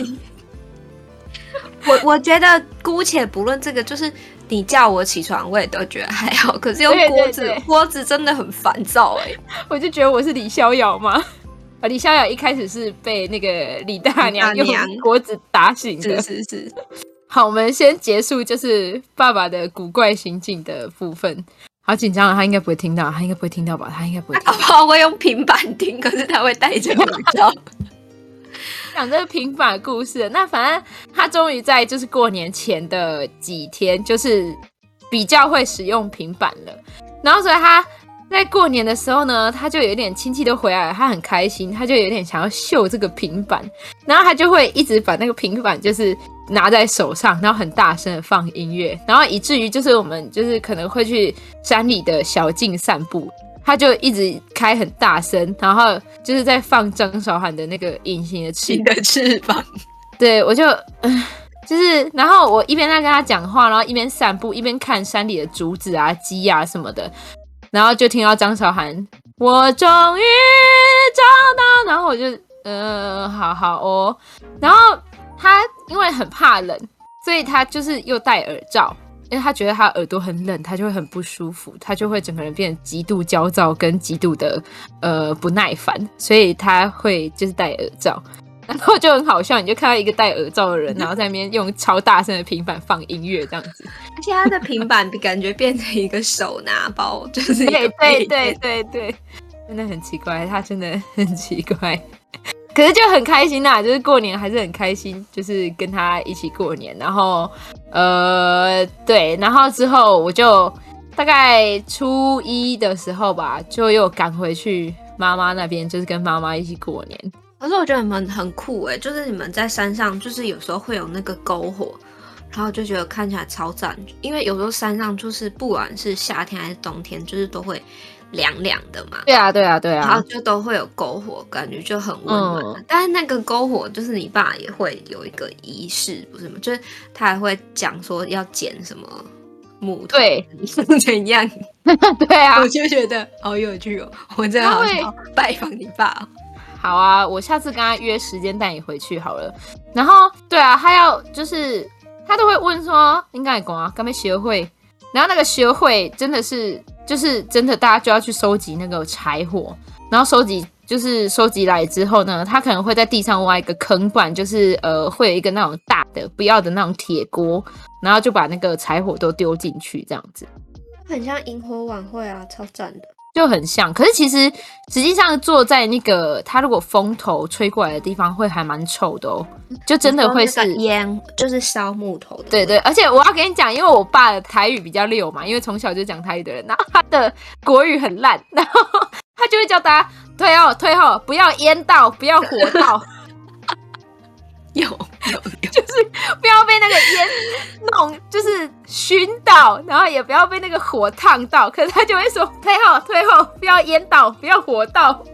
Speaker 1: 我我觉得姑且不论这个，就是你叫我起床，我也都觉得还好。可是用锅子，对对对锅子真的很烦躁哎、欸。
Speaker 2: 我就觉得我是李逍遥吗？啊，李逍遥一开始是被那个李大娘用锅子打醒的，
Speaker 1: 是是是。
Speaker 2: 好，我们先结束就是爸爸的古怪行径的部分。好紧张啊，他应该不会听到，他应该不会听到吧？他应该不会听到。
Speaker 1: 他搞不好会用平板听，可是他会戴着口罩。
Speaker 2: 讲这个平板的故事，那反正他终于在就是过年前的几天，就是比较会使用平板了。然后所以他在过年的时候呢，他就有点亲戚都回来了，他很开心，他就有点想要秀这个平板，然后他就会一直把那个平板就是拿在手上，然后很大声的放音乐，然后以至于就是我们就是可能会去山里的小径散步，他就一直开很大声，然后就是在放张韶涵的那个隐形的翅
Speaker 1: 的翅膀。
Speaker 2: 对，我就嗯。就是然后我一边在跟他讲话，然后一边散步，一边看山里的竹子啊鸡啊什么的，然后就听到张韶涵我终于找到，然后我就呃好好哦，然后他因为很怕冷，所以他就是又戴耳罩，因为他觉得他耳朵很冷，他就会很不舒服，他就会整个人变得极度焦躁跟极度的呃不耐烦，所以他会就是戴耳罩，然后就很好笑，你就看到一个戴耳罩的人，然后在那边用超大声的平板放音乐这样子，
Speaker 1: 而且他的平板感觉变成一个手拿包，就是一个
Speaker 2: 对对对对对，真的很奇怪，他真的很奇怪，可是就很开心啦，就是过年还是很开心，就是跟他一起过年，然后呃对，然后之后我就大概初一的时候吧，就又赶回去妈妈那边，就是跟妈妈一起过年。
Speaker 1: 可是我觉得你们很酷欸，就是你们在山上，就是有时候会有那个篝火，然后就觉得看起来超赞，因为有时候山上就是不管是夏天还是冬天，就是都会凉凉的嘛。
Speaker 2: 对啊，对啊，对啊。
Speaker 1: 然后就都会有篝火，感觉就很温暖。嗯、但是那个篝火，就是你爸也会有一个仪式，不是吗？就是他还会讲说要捡什么木头，
Speaker 2: 对，
Speaker 1: 怎样？
Speaker 2: 对啊，
Speaker 1: 我就觉得好有趣哦，我真的好想要拜访你爸哦。
Speaker 2: 好啊，我下次跟他约时间带你回去好了。然后，对啊，他要就是他都会问说，应该讲啊，干咩学会？然后那个学会真的是就是真的，大家就要去收集那个柴火，然后收集就是收集来之后呢，他可能会在地上挖一个坑，不然就是呃会有一个那种大的不要的那种铁锅，然后就把那个柴火都丢进去，这样子。
Speaker 1: 很像萤火晚会啊，超赞的。
Speaker 2: 就很像，可是其实实际上坐在那个它如果风头吹过来的地方会还蛮臭的哦，就真的会是
Speaker 1: 烟，就是烧木头的。
Speaker 2: 对对，而且我要跟你讲，因为我爸的台语比较溜嘛，因为从小就讲台语的人，然后他的国语很烂，然后他就会叫大家退后退后，不要淹到，不要火到。
Speaker 1: 有有有，
Speaker 2: 就是不要被那个烟弄，就是熏到，然后也不要被那个火烫到。可是他就会说退后退后，不要烟到，不要火到。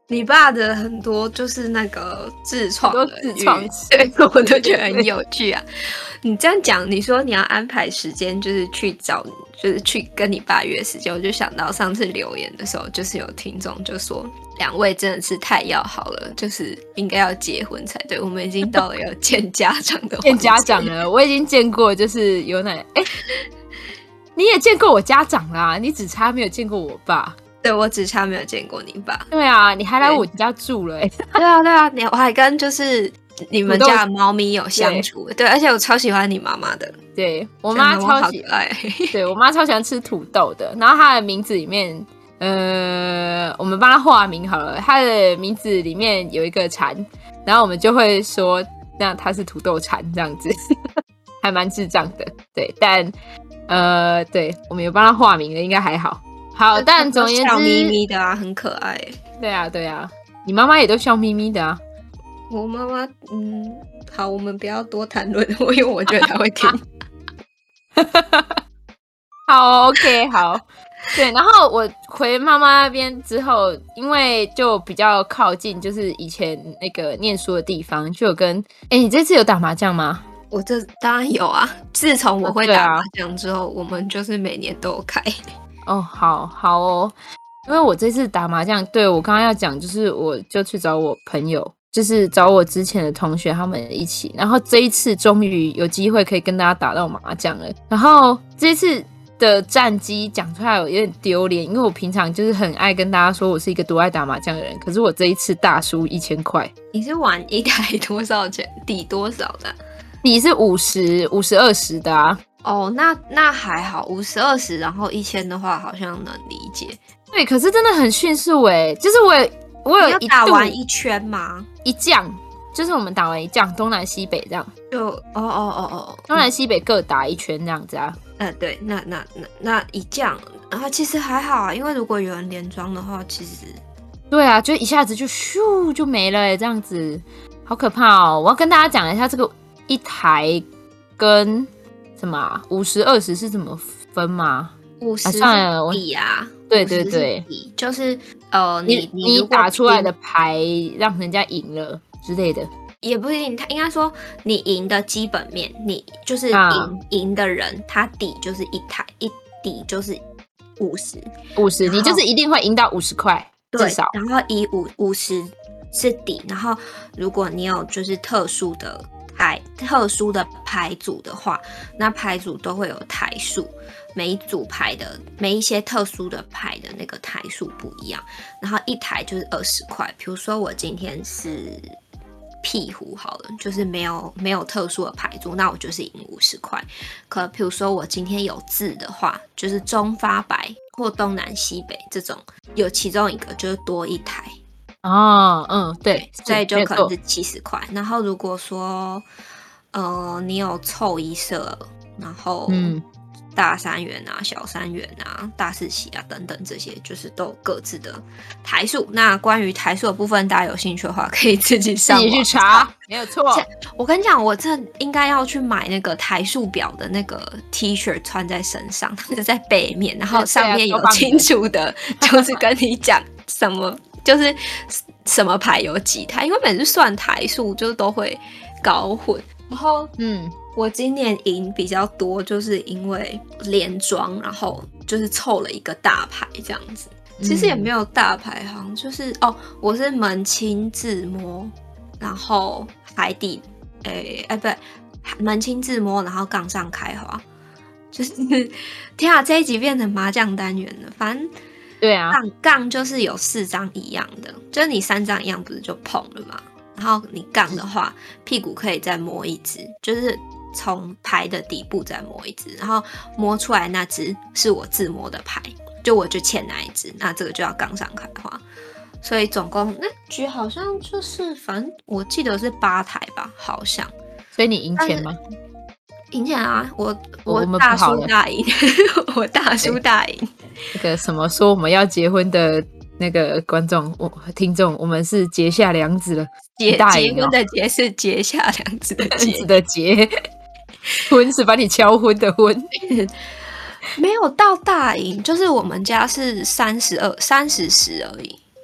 Speaker 1: 你爸的很多就是那个自创的
Speaker 2: 自创，
Speaker 1: 对，我都觉得很有趣啊。你这样讲，你说你要安排时间，就是去找，就是去跟你爸约时间，我就想到上次留言的时候，就是有听众就说，两位真的是太要好了，就是应该要结婚才对。我们已经到了要见家长的
Speaker 2: 见家长了，我已经见过，就是有奶，哎、欸，你也见过我家长啦，你只差没有见过我爸。
Speaker 1: 对，我只差没有见过你爸。
Speaker 2: 对啊，你还来我家住了、欸。
Speaker 1: 对啊，对啊，你我还跟就是你们家的猫咪有相处。对， 对，而且我超喜欢你妈妈的。
Speaker 2: 对，我妈超喜
Speaker 1: 爱。
Speaker 2: 对，我妈超喜欢吃土豆的。然后她的名字里面，呃，我们帮她化名好了。她的名字里面有一个蝉，然后我们就会说，那她是土豆蝉这样子，还蛮智障的。对，但呃，对我们有帮她化名的，应该还好。好，但总而言之，
Speaker 1: 笑眯眯的啊，很可爱。
Speaker 2: 对啊，对啊，你妈妈也都笑眯眯的啊。
Speaker 1: 我妈妈，嗯，好，我们不要多谈论，因为我觉得她会听。
Speaker 2: 好 ，OK， 好，对。然后我回妈妈那边之后，因为就比较靠近，就是以前那个念书的地方，就有跟，哎，你这次有打麻将吗？
Speaker 1: 我这当然有啊。自从我会打麻将之后，啊、我们就是每年都有开。
Speaker 2: 哦，好好哦，因为我这次打麻将，对，我刚刚要讲，就是我就去找我朋友，就是找我之前的同学他们一起，然后这一次终于有机会可以跟大家打到麻将了。然后这一次的战绩讲出来有点丢脸，因为我平常就是很爱跟大家说我是一个多爱打麻将的人，可是我这一次大输一千块。
Speaker 1: 你是玩一台多少钱？抵多少的？
Speaker 2: 抵是五十五十二十的啊。
Speaker 1: 哦，那那还好，五十二十，然后一千的话，好像能理解。
Speaker 2: 对，可是真的很迅速哎，就是我有我有一
Speaker 1: 打完一圈吗？
Speaker 2: 一将，就是我们打完一将，东南西北这样。
Speaker 1: 就哦哦哦哦，
Speaker 2: 东南西北各打一圈这样子啊。
Speaker 1: 呃，对，那那那那一将啊，其实还好啊，因为如果有人连庄的话，其实
Speaker 2: 对啊，就一下子就咻就没了哎，这样子好可怕哦！我要跟大家讲一下这个一台跟。什么五十二十是怎么分吗？
Speaker 1: 五十比啊，
Speaker 2: 对对对，
Speaker 1: 就是呃，你
Speaker 2: 你你打出来的牌让人家赢了之类的，
Speaker 1: 也不一定。他应该说你赢的基本面，你就是赢赢、啊、的人，他底就是一台，一底就是五十
Speaker 2: 五十，你就是一定会赢到五十块，至少。
Speaker 1: 然后以五五十是底，然后如果你有就是特殊的。牌特殊的牌组的话，那牌组都会有台数，每一组牌的每一些特殊的牌的那个台数不一样，然后一台就是二十块。比如说我今天是屁胡好了，就是没有没有特殊的牌组，那我就是赢五十块。可比如说我今天有字的话，就是中发白或东南西北这种，有其中一个就是多一台。
Speaker 2: 哦，嗯，对，
Speaker 1: 所以就可能是七十块。然后如果说，呃，你有凑一色，然后大三元啊、小三元啊、大四喜啊等等这些，就是都有各自的台数。那关于台数的部分，大家有兴趣的话，可以自己上网
Speaker 2: 自己去查，没有错。
Speaker 1: 我跟你讲，我这应该要去买那个台数表的那个 T 恤穿在身上，它就在背面，然后上面有清楚的，就是跟你讲什么。就是什么牌有几台，因为每次算台数就都会搞混。然后，嗯，我今年赢比较多，就是因为连庄，然后就是凑了一个大牌这样子。其实也没有大牌，好像就是哦，我是门清自摸，然后海底，诶，哎，不对，门清自摸，然后杠上开花，就是天啊，这一集变成麻将单元了，反正。
Speaker 2: 对啊，
Speaker 1: 杠杠就是有四张一样的，就是你三张一样不是就碰了嘛？然后你杠的话，屁股可以再摸一只，就是从牌的底部再摸一只，然后摸出来那只是我自摸的牌，就我就欠那一只，那这个就要杠上开花。所以总共那局好像就是，反正我记得是八台吧，好像。
Speaker 2: 所以你赢钱吗？
Speaker 1: 赢钱啊！我我大输大赢，我大输大赢。
Speaker 2: 那个什么说我们要结婚的那个观众、我听众，我们是结下梁子了。
Speaker 1: 结结婚的结是结下梁子的结，
Speaker 2: 梁子的结，婚是把你敲昏的婚。
Speaker 1: 没有到大赢，就是我们家是三十二、三十十而已。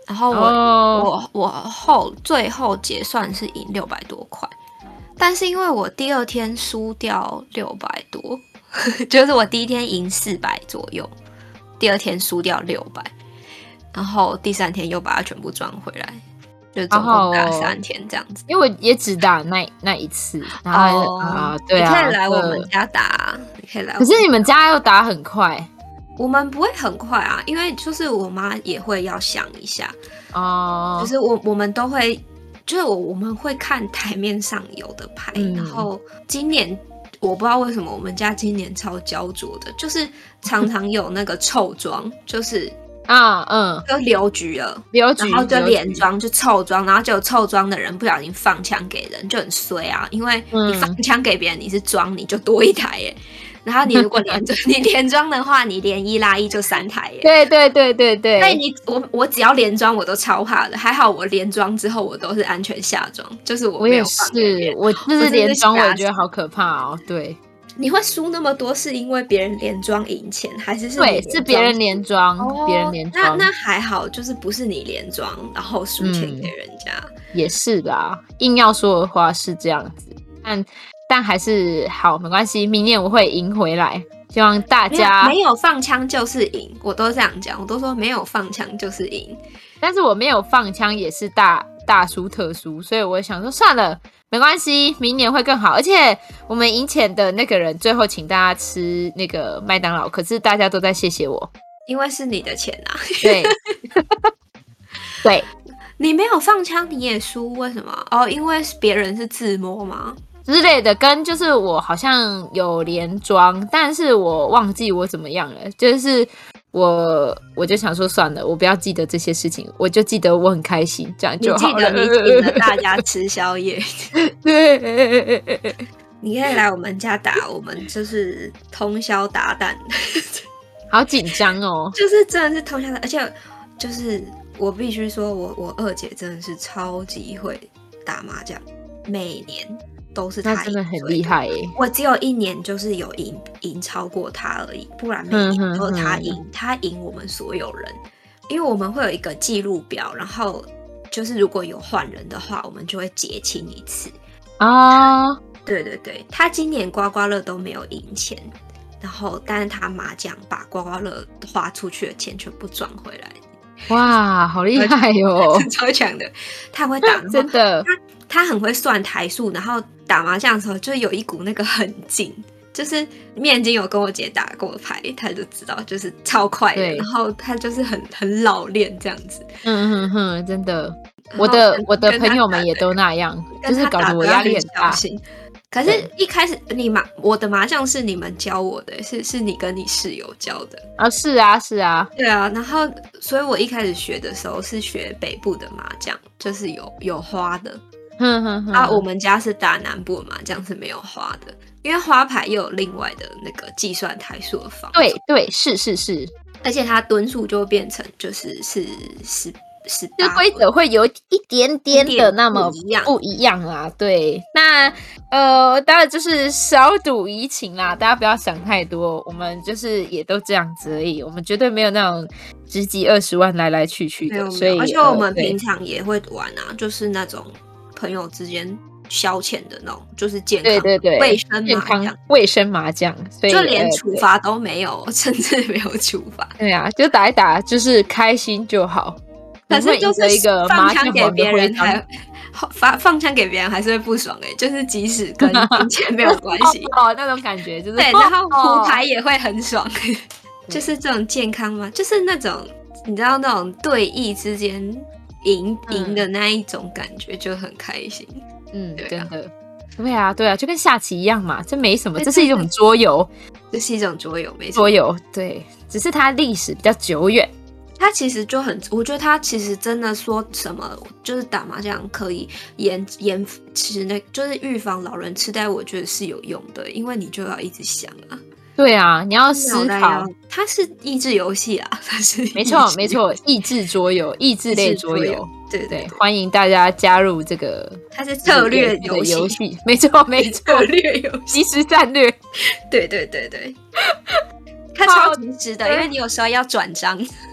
Speaker 1: 然后我、oh. 我我后最后结算是赢六百多块，但是因为我第二天输掉六百多，就是我第一天赢四百左右，第二天输掉六百，然后第三天又把它全部赚回来，就总共打三天这样子。
Speaker 2: 因为我也只打那那一次，然后、oh, 啊，对啊，
Speaker 1: 你可以来我们家打，你可以来。
Speaker 2: 可是你们家又打很快。
Speaker 1: 我们不会很快啊，因为就是我妈也会要想一下
Speaker 2: 哦，
Speaker 1: oh. 就是我我们都会，就是我我们会看台面上有的牌，嗯、然后今年我不知道为什么我们家今年超焦灼的，就是常常有那个臭庄，就是
Speaker 2: 啊嗯，
Speaker 1: 就留局了，
Speaker 2: 留局，
Speaker 1: 然后就连庄就臭庄，然后就有臭庄的人不小心放枪给人，就很衰啊，因为你放枪给别人，你是庄你就多一台耶。然后你如果连你连庄的话，你连一拉一就三台耶。
Speaker 2: 对对对对对。
Speaker 1: 所以你我我只要连庄我都超怕的，还好我连庄之后我都是安全下庄，就是我没有放给别人。
Speaker 2: 我也是，我就是连庄我也觉得好可怕哦。对，
Speaker 1: 你会输那么多是因为别人连庄赢钱，还是是
Speaker 2: 对是别人连庄，别、哦、人连庄。
Speaker 1: 那那还好，就是不是你连庄然后输钱给人家、嗯。
Speaker 2: 也是啦，硬要说的话是这样子，但。但还是好，没关系，明年我会赢回来。希望大家
Speaker 1: 没有, 没有放枪就是赢，我都这样讲，我都说没有放枪就是赢。
Speaker 2: 但是我没有放枪也是大大输特输，所以我想说算了，没关系，明年会更好。而且我们赢钱的那个人最后请大家吃那个麦当劳，可是大家都在谢谢我，
Speaker 1: 因为是你的钱啊。
Speaker 2: 对，对，
Speaker 1: 你没有放枪你也输，为什么？哦，因为别人是自摸吗？
Speaker 2: 之类的，跟就是我好像有连庄，但是我忘记我怎么样了，就是我我就想说算了，我不要记得这些事情，我就记得我很开心，这样就好了。
Speaker 1: 你记得你请了大家吃宵夜，
Speaker 2: 对，
Speaker 1: 你可以来我们家打，我们就是通宵达旦，
Speaker 2: 好紧张哦，
Speaker 1: 就是真的是通宵达旦，而且就是我必须说我我二姐真的是超级会打麻将，每年。都是他赢，
Speaker 2: 那真的很厉害耶！
Speaker 1: 我只有一年就是有赢赢超过他而已，不然每年都是他赢，他赢我们所有人。因为我们会有一个记录表，然后就是如果有换人的话，我们就会结清一次
Speaker 2: 啊。
Speaker 1: 对对对，他今年刮刮乐都没有赢钱，然后但是他麻将把刮刮乐花出去的钱全部赚回来。
Speaker 2: 哇，好厉害哟、哦！
Speaker 1: 超强的，他会打，
Speaker 2: 真的。
Speaker 1: 他他很会算台数，然后打麻将的时候就有一股那个狠劲，就是面筋有跟我姐打过牌，他就知道就是超快的，然后他就是很很老练这样子。
Speaker 2: 嗯哼哼，真的，我的我的朋友们也都那样，就是搞得我压力很大。
Speaker 1: 可是，一开始你麻我的麻将是你们教我的，是是你跟你室友教的
Speaker 2: 啊？是啊，是啊，
Speaker 1: 对啊。然后，所以我一开始学的时候是学北部的麻将，就是有有花的。
Speaker 2: 哼哼哼
Speaker 1: 啊，我们家是打南部的麻将是没有花的，因为花牌又有另外的那个计算台数的方法。
Speaker 2: 对对，是是是，
Speaker 1: 而且它吨数就会变成就是是是。
Speaker 2: 就规则会有一点点的那么不一样啊，对，那呃，当然就是小赌怡情啦，大家不要想太多，我们就是也都这样子而已，我们绝对没有那种十几二十万来来去去的，所以
Speaker 1: 而且我们平常也会玩啊，就是那种朋友之间消遣的那种，就是健康，
Speaker 2: 对对对，
Speaker 1: 卫生麻将，
Speaker 2: 卫生麻将，所以
Speaker 1: 就连处罚都没有，甚至没有处罚。
Speaker 2: 对啊，就打一打，就是开心就好。
Speaker 1: 可是就是一个放枪给别人还放放枪给别人还是会不爽哎、欸，就是即使跟赢钱没有关系
Speaker 2: 哦，那种感觉就是
Speaker 1: 对，然后胡牌也会很爽，就是这种健康嘛，就是那种你知道那种对弈之间赢赢的那一种感觉就很开心，
Speaker 2: 嗯，对啊真的，对啊对啊，就跟下棋一样嘛，这没什么，这是一种桌游，
Speaker 1: 这是一种桌游，没错，
Speaker 2: 桌游对，只是它历史比较久远。
Speaker 1: 他其实就很，我觉得他其实真的说什么，就是打麻将可以延延迟那，就是预防老人痴呆，我觉得是有用的，因为你就要一直想啊。
Speaker 2: 对啊，你要思考，
Speaker 1: 它是益智游戏啊，它是
Speaker 2: 没错没错，益智桌游，益智类桌游，
Speaker 1: 对 对, 对,
Speaker 2: 对，欢迎大家加入这个，
Speaker 1: 它是策略游戏，
Speaker 2: 游戏没错没错，
Speaker 1: 策略游戏，
Speaker 2: 即时战略，
Speaker 1: 对对对对，它超级值的，因为你有时候要转张。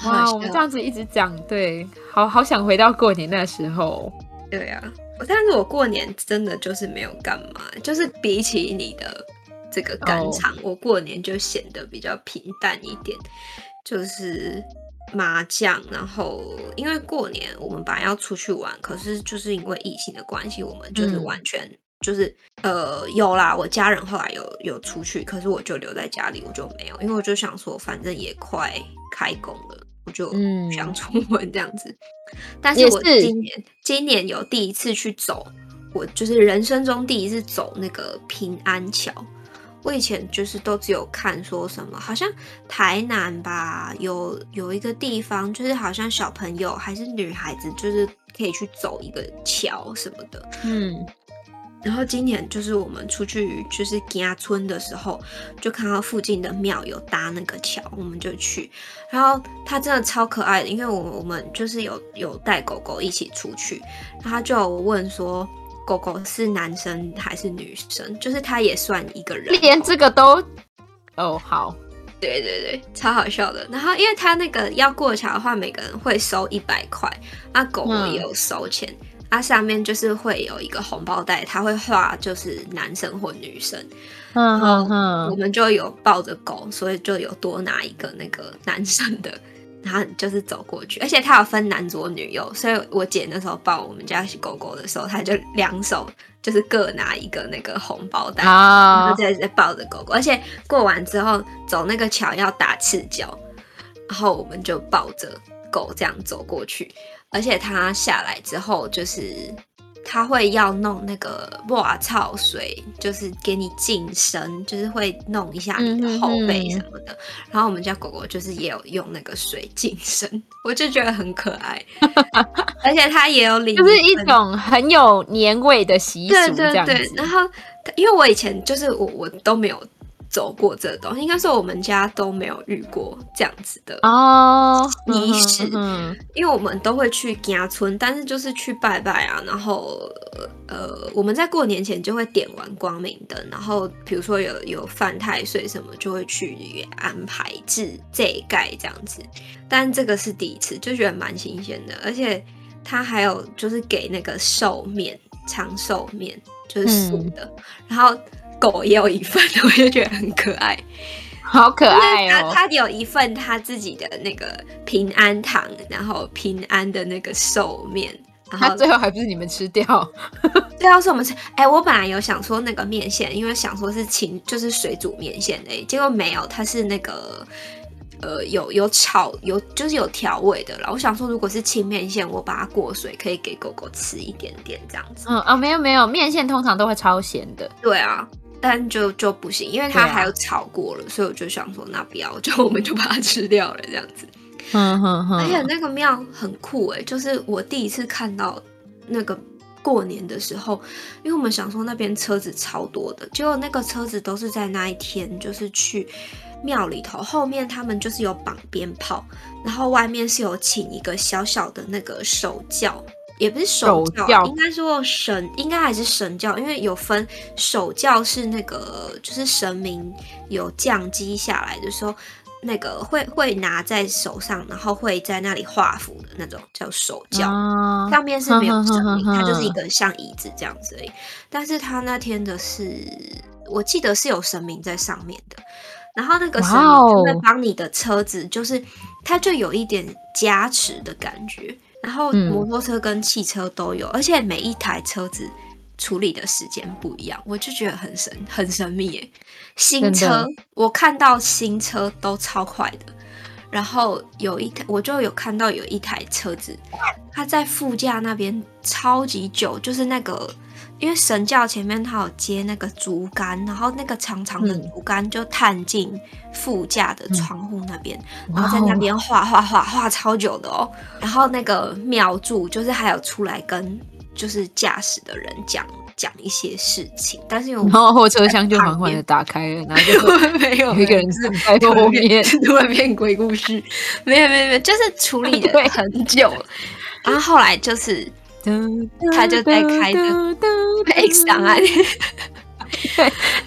Speaker 2: 哇，我们这样子一直讲，对，好好想回到过年那时候。
Speaker 1: 对啊，但是我过年真的就是没有干嘛，就是比起你的这个赶场，哦、我过年就显得比较平淡一点，就是麻将，然后因为过年我们本来要出去玩，可是就是因为疫情的关系，我们就是完全、嗯、就是呃有啦，我家人后来有有出去，可是我就留在家里，我就没有，因为我就想说反正也快开工了，我就不想出门这样子。嗯、但是我今年今年有第一次去走，我就是人生中第一次走那个平安桥。我以前就是都只有看说什么，好像台南吧，有有一个地方，就是好像小朋友还是女孩子，就是可以去走一个桥什么的。嗯，然后今年就是我们出去就是行村的时候，就看到附近的庙有搭那个桥，我们就去。然后它真的超可爱的，因为我我们就是有有带狗狗一起出去，然后他就有问说。狗狗是男生还是女生？就是他也算一个人，
Speaker 2: 连这个都哦好，
Speaker 1: 对对对，超好笑的。然后因为他那个要过桥的话，每个人会收一百块，啊狗狗也有收钱，嗯、啊上面就是会有一个红包袋，他会画就是男生或女生，嗯、然后我们就有抱着狗，所以就有多拿一个那个男生的。然后就是走过去，而且它有分男左女右，所以我姐那时候抱我们家狗狗的时候，她就两手就是各拿一个那个红包袋， oh. 然后再再抱着狗狗。而且过完之后走那个桥要打赤脚，然后我们就抱着狗这样走过去。而且它下来之后，就是他会要弄那个抹草水，就是给你净身，就是会弄一下你的后背什么的。嗯、然后我们家狗狗就是也有用那个水净身，我就觉得很可爱。而且它也有领，
Speaker 2: 就是一种很有年味的习俗，这样子。
Speaker 1: 对对对。然后因为我以前就是我我都没有走过这东西，应该说我们家都没有遇过这样子的哦仪式，嗯、因为我们都会去行村，但是就是去拜拜啊，然后呃我们在过年前就会点完光明灯，然后比如说有有犯太岁什么，就会去安排置这盖这样子，但这个是第一次，就觉得蛮新鲜的，而且它还有就是给那个寿面长寿面，就是素的，嗯、然后。狗也有一份，我就觉得很可爱，
Speaker 2: 好可爱哦！
Speaker 1: 他有一份他自己的那个平安糖，然后平安的那个寿面，然后
Speaker 2: 他最后还不是你们吃掉？
Speaker 1: 最后是我们吃。哎、欸，我本来有想说那个面线，因为想说是清就是水煮面线的，结果没有，它是那个呃有有炒有就是有调味的啦。我想说，如果是清面线，我把它过水，可以给狗狗吃一点点这样子。
Speaker 2: 嗯啊、哦，没有没有，面线通常都会超咸的。
Speaker 1: 对啊。但就就不行，因为它还有炒过了，啊、所以我就想说，那不要，就我们就把它吃掉了这样子。嗯哼哼。而且那个庙很酷哎、欸，就是我第一次看到那个过年的时候，因为我们想说那边车子超多的，结果那个车子都是在那一天，就是去庙里头，后面他们就是有绑鞭炮，然后外面是有请一个小小的那个手教。也不是手教，教应该说神，应该还是神教，因为有分手教是那个，就是神明有降基下来的时候，那个会会拿在手上，然后会在那里画符的那种叫手教，啊、上面是没有神明，它就是一个像椅子这样子而已。但是他那天的是，我记得是有神明在上面的，然后那个神明就会帮你的车子，就是它就有一点加持的感觉。然后摩托车跟汽车都有，嗯、而且每一台车子处理的时间不一样，我就觉得很神很神秘耶。新车我看到新车都超快的，然后有一台我就有看到有一台车子，它在副驾那边超级久，就是那个因为神教前面它有接那个竹竿，然后那个长长的竹竿就探进副驾的窗户那边，嗯、然后在那边画画画画超久的哦。然后那个庙祝就是还有出来跟就是驾驶的人讲讲一些事情，但是因为我们
Speaker 2: 然后后车厢就缓缓的打开了，然后就
Speaker 1: 没有
Speaker 2: 有一个人站在后面，
Speaker 1: 突然变鬼故事，没有没有没有，就是处理的很久，然后后来就是。他就在开着 X 档案，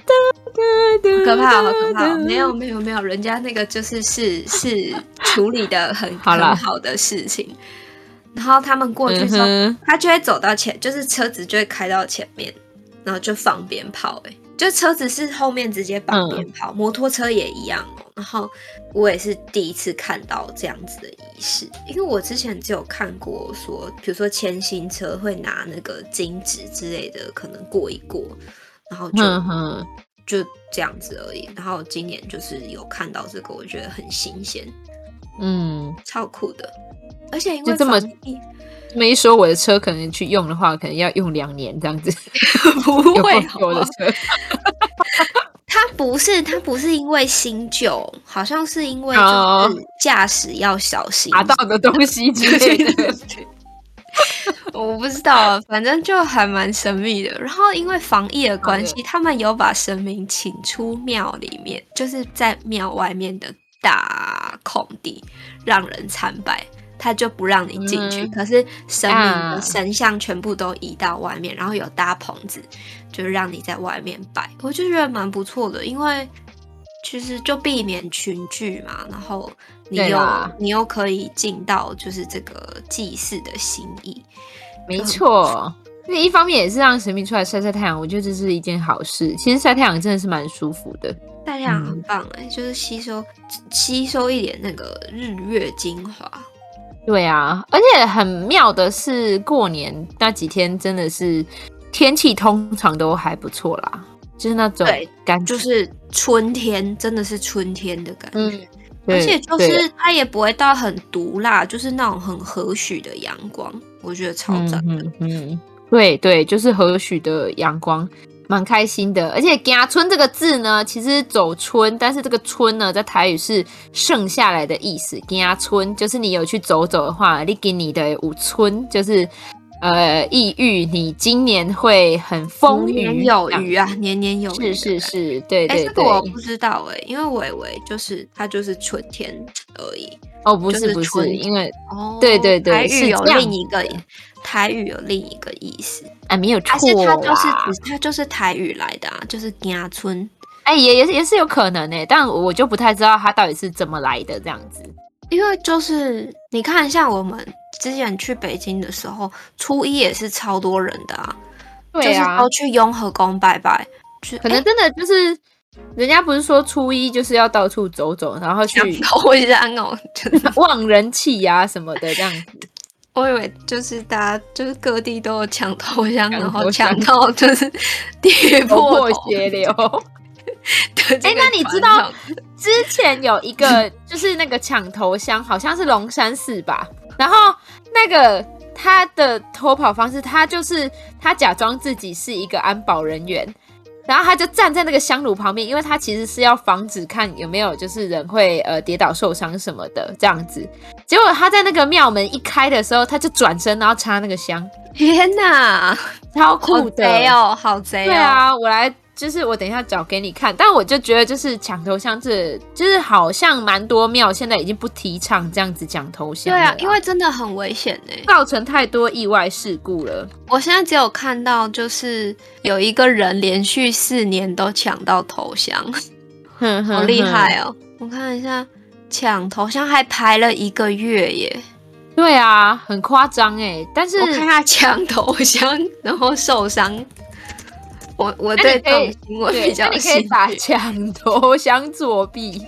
Speaker 1: 好可怕，好可怕！没有没有没有，人家那个就是是是处理的很很好的事情。然后他们过去之后，嗯、他就会走到前，就是车子就会开到前面，然后就放鞭炮、欸。哎，就车子是后面直接放鞭炮、嗯，摩托车也一样哦。然后我也是第一次看到这样子的仪式，因为我之前只有看过说，比如说牵新车会拿那个金纸之类的，可能过一过，然后就、嗯、就这样子而已。然后今年就是有看到这个，我觉得很新鲜，嗯，超酷的。而且因为
Speaker 2: 这么这么一说，我的车可能去用的话，可能要用两年这样子。
Speaker 1: 不会，
Speaker 2: 我的车。
Speaker 1: 它不是，它不是因为新旧，好像是因为就是驾驶要小心，
Speaker 2: 拿到的东西之类的。
Speaker 1: 我不知道，反正就还蛮神秘的。然后因为防疫的关系，他们有把神明请出庙里面，就是在庙外面的大空地让人参拜。他就不让你进去、嗯，可是神明的神像全部都移到外面，啊、然后有搭棚子，就是让你在外面摆，我就觉得蛮不错的，因为其实就避免群聚嘛，然后你又你又可以尽到就是这个祭祀的心意，
Speaker 2: 没错。那一方面也是让神明出来晒晒太阳，我觉得这是一件好事。其实晒太阳真的是蛮舒服的，
Speaker 1: 晒太阳很棒哎、欸嗯，就是吸收吸收一点那个日月精华。
Speaker 2: 对啊，而且很妙的是，过年那几天真的是天气通常都还不错啦，就是那种感觉，
Speaker 1: 就是春天，真的是春天的感觉。嗯，而且就是它也不会到很毒辣，就是那种很和煦的阳光，我觉得超赞的。嗯
Speaker 2: 嗯，对对，就是和煦的阳光。蛮开心的，而且走春这个字呢，其实走春，但是这个春呢，在台语是剩下来的意思。走春就是你有去走走的话，你给你的有春，就是呃意喻你今年会很丰腴，
Speaker 1: 年年有余啊，年年有余。
Speaker 2: 是是是，对对对。
Speaker 1: 这个我不知道哎、欸，因为我以为就是它就是春天而已。
Speaker 2: 哦，不是、就是、不是，因为哦，对对对，
Speaker 1: 台语有另一个。台语有另一个意思，
Speaker 2: 哎，没有错，
Speaker 1: 而且它就是它就是台语来的啊，就是走春，
Speaker 2: 哎，也也也是有可能哎，但我就不太知道它到底是怎么来的这样子。
Speaker 1: 因为就是你看，像我们之前去北京的时候，初一也是超多人的啊，对啊，就是都去雍和宫拜拜，
Speaker 2: 可能真的就是。人家不是说初一就是要到处走走，然后去
Speaker 1: 偷一下哦，
Speaker 2: 旺人气啊什么的这样子。
Speaker 1: 我以为就是大家就是各地都有抢头香，然后抢到就是跌破
Speaker 2: 血流。哎、欸，那你知道之前有一个就是那个抢头香，好像是龙山寺吧？然后那个他的偷跑方式，他就是他假装自己是一个安保人员。然后他就站在那个香炉旁边，因为他其实是要防止看有没有就是人会呃跌倒受伤什么的这样子。结果他在那个庙门一开的时候，他就转身然后插那个香。
Speaker 1: 天哪，
Speaker 2: 超酷的！
Speaker 1: 好贼哦，好贼哦！
Speaker 2: 对啊，我来就是我等一下找给你看，但我就觉得就是抢头香这就是好像蛮多庙现在已经不提倡这样子抢头香了。
Speaker 1: 对啊，因为真的很危险耶，
Speaker 2: 造成太多意外事故了。
Speaker 1: 我现在只有看到就是有一个人连续四年都抢到头香，好厉害哦！我看一下，抢头香还排了一个月耶。
Speaker 2: 对啊，很夸张哎！但是
Speaker 1: 我看他抢头香，然后受伤。我我对这种新闻比较
Speaker 2: 兴趣，你可以打抢头香作弊。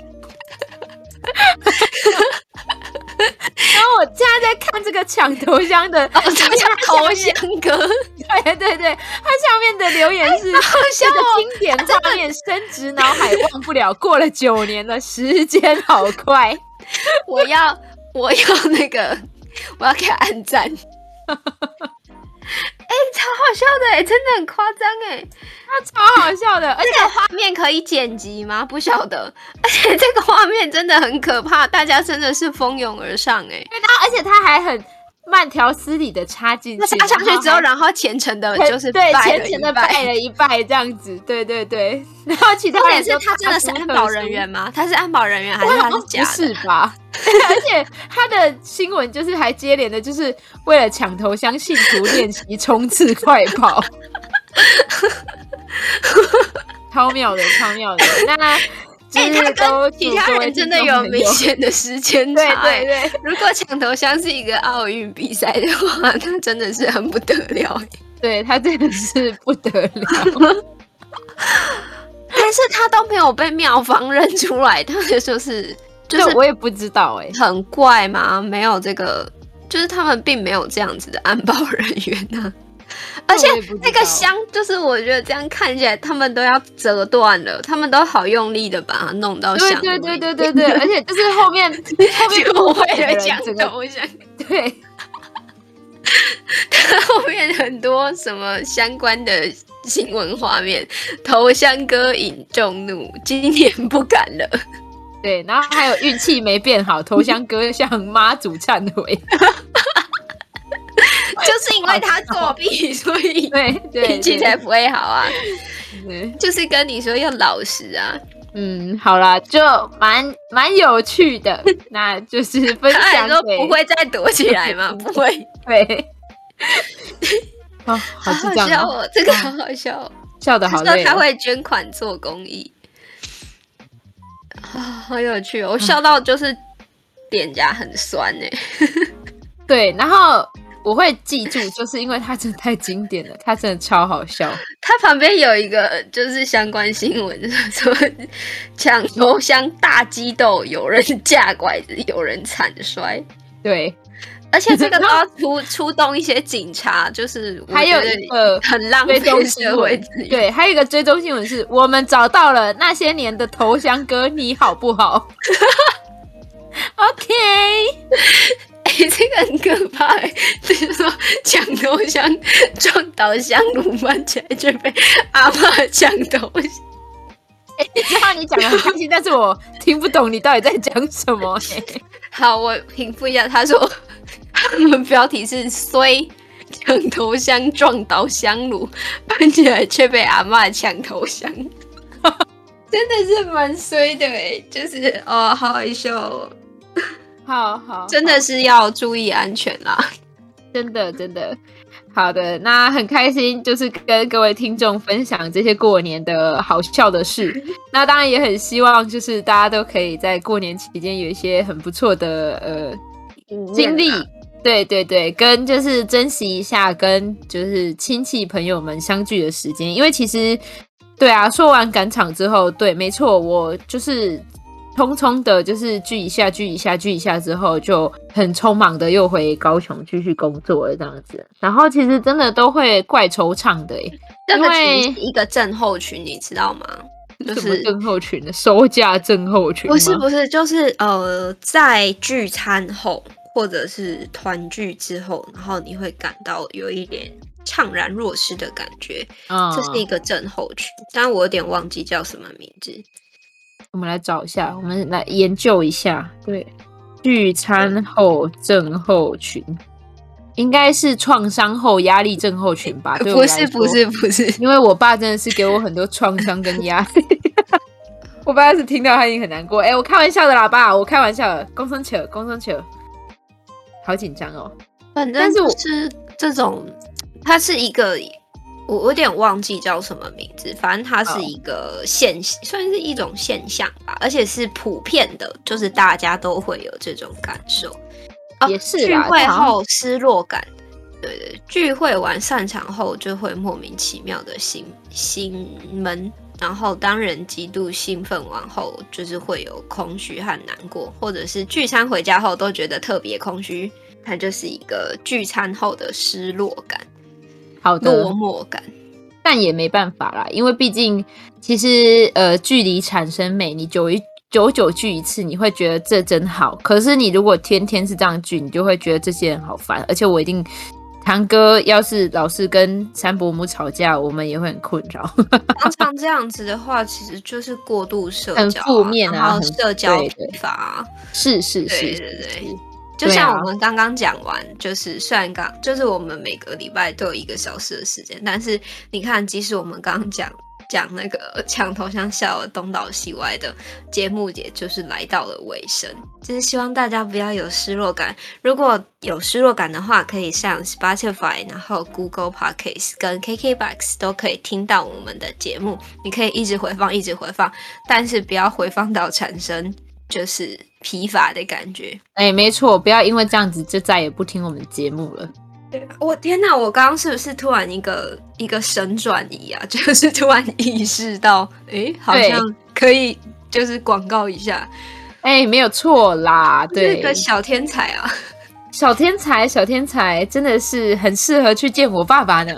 Speaker 2: 然后我现在在看这个抢头香的
Speaker 1: 哦，抢头香歌，
Speaker 2: 对对对，它下面的留言是：这个经典画面深植脑海，忘不了。过了九年了，时间好快。
Speaker 1: 我要我要那个，我要给他按赞。哎、欸，超好笑的哎、欸，真的很夸张哎，
Speaker 2: 它超好笑的，而且
Speaker 1: 这个画面可以剪辑吗？不晓得，而且这个画面真的很可怕，大家真的是蜂拥而上哎，
Speaker 2: 对，而且它还很慢条斯理的插进去，
Speaker 1: 插上去之后，然后虔诚的就是
Speaker 2: 对虔诚的拜了一拜这样子，对对对，然后其他
Speaker 1: 人是他真的是安保人员吗？他是安保人员还是他是假的？
Speaker 2: 不是吧？而且他的新闻就是还接连的，就是为了抢头香，信徒练习冲刺快跑， 超妙的，超妙的。那
Speaker 1: 哎、欸，他跟其他人真的有明显的时间差。
Speaker 2: 对对对，
Speaker 1: 如果抢头香是一个奥运比赛的话，那真的是很不得了。
Speaker 2: 对，他真的是不得了。
Speaker 1: 但是他都没有被庙方认出来，他就是就是
Speaker 2: 我也不知道哎、
Speaker 1: 欸，很怪吗？没有这个，就是他们并没有这样子的安保人员呢、啊。而且那个香，就是我觉得这样看起来，他们都要折断了，他们都好用力的把它弄到香。
Speaker 2: 对对对对对对，而且就是后面后面
Speaker 1: 就为了讲头香，
Speaker 2: 对，
Speaker 1: 他后面很多什么相关的新闻画面，头香歌引众怒，今年不敢了。
Speaker 2: 对，然后还有运气没变好，头香歌向妈祖忏悔。
Speaker 1: 就是因为他作弊，所以运气才不会好啊。就是跟你说要老实啊。
Speaker 2: 嗯，好啦，就蛮蛮有趣的，那就是分享给。
Speaker 1: 说不会再躲起来吗？不会。
Speaker 2: 对。哦，
Speaker 1: 好好笑哦，这个好好笑哦，
Speaker 2: 笑得好累、哦。
Speaker 1: 他说他会捐款做公益，啊，好有趣哦！我笑到就是脸颊很酸哎。对，
Speaker 2: 然后。我会记住，就是因为它真的太经典了，它真的超好笑。
Speaker 1: 它旁边有一个就是相关新闻，说抢头香大激斗，有人架拐子，有人惨摔。
Speaker 2: 对，
Speaker 1: 而且这个都要出出动一些警察，就是
Speaker 2: 还有一个
Speaker 1: 很浪费社会资源。
Speaker 2: 对，还有一个追踪新闻是我们找到了那些年的头香哥，你好不好？OK。
Speaker 1: 欸、这个很可怕、欸，就是说抢头香撞倒香炉翻起来，就被阿嬷抢头香。
Speaker 2: 哎、欸，这话你讲的很开心，但是我听不懂你到底在讲什么、欸。
Speaker 1: 好，我平复一下，他说他们标题是衰抢头香撞倒香炉，翻起来却被阿嬷抢头香，真的是蛮衰的哎、欸，就是哦，好好笑哦。
Speaker 2: 好好，
Speaker 1: 真的是要注意安全啦，
Speaker 2: 真的真的。好的，那很开心，就是跟各位听众分享这些过年的好笑的事。那当然也很希望，就是大家都可以在过年期间有一些很不错的呃经历，对对对，跟就是珍惜一下跟就是亲戚朋友们相聚的时间，因为其实对啊，说完赶场之后，对，没错，我就是。匆匆的，就是聚一下，聚一下，聚一下之后，就很匆忙的又回高雄继续工作了这样子。然后其实真的都会怪惆怅的耶，
Speaker 1: 因为一个症候群，你知道吗？就是
Speaker 2: 症候群的收假症候群吗？
Speaker 1: 不是不是，就是呃，在聚餐后或者是团聚之后，然后你会感到有一点怅然若失的感觉，嗯、这是一个症候群，但我有点忘记叫什么名字。
Speaker 2: 我们来找一下，我们来研究一下。对，聚餐后症候群应该是创伤后压力症候群吧？对我来说
Speaker 1: 不是不是不是，
Speaker 2: 因为我爸真的是给我很多创伤跟压力。我爸是听到他已经很难过。哎、欸，我开玩笑的啦，爸，我开玩笑的，公生球，公生球，好紧张哦。
Speaker 1: 反正就是这种，它是一个。我有点忘记叫什么名字，反正它是一个现， oh. 算是一种现象吧，而且是普遍的，就是大家都会有这种感受。哦、
Speaker 2: 也是啦，
Speaker 1: 聚会后失落感，对对，聚会完散场后就会莫名其妙的心心闷，然后当人极度兴奋完后，就是会有空虚和难过，或者是聚餐回家后都觉得特别空虚，它就是一个聚餐后的失落感。
Speaker 2: 好的，
Speaker 1: 落寞感，
Speaker 2: 但也没办法啦，因为毕竟其实呃，距离产生美，你久一久久聚一次，你会觉得这真好。可是你如果天天是这样聚，你就会觉得这些人好烦。而且我一定，堂哥要是老是跟三伯母吵架，我们也会很困扰。
Speaker 1: 常常这样子的话，其实就是过度社交、啊，
Speaker 2: 很负面啊，
Speaker 1: 然后社交疲乏、啊，
Speaker 2: 是是是，
Speaker 1: 对对对。就像我们刚刚讲完、啊、就是虽然刚就是我们每个礼拜都有一个小时的时间，但是你看即使我们刚刚讲讲那个墙头像笑的东倒西歪的节目也就是来到了尾声，就是希望大家不要有失落感，如果有失落感的话可以上 Spotify 然后 Google Podcast 跟 K K B O X 都可以听到我们的节目，你可以一直回放一直回放，但是不要回放到产生就是疲乏的感觉。
Speaker 2: 哎，没错，不要因为这样子就再也不听我们节目了。
Speaker 1: 我天哪，我刚刚是不是突然一个一个神转移啊？就是突然意识到哎，好像可以就是广告一下。
Speaker 2: 哎，没有错啦，对，
Speaker 1: 是个小天才啊，
Speaker 2: 小天才小天才真的是很适合去见我爸爸呢。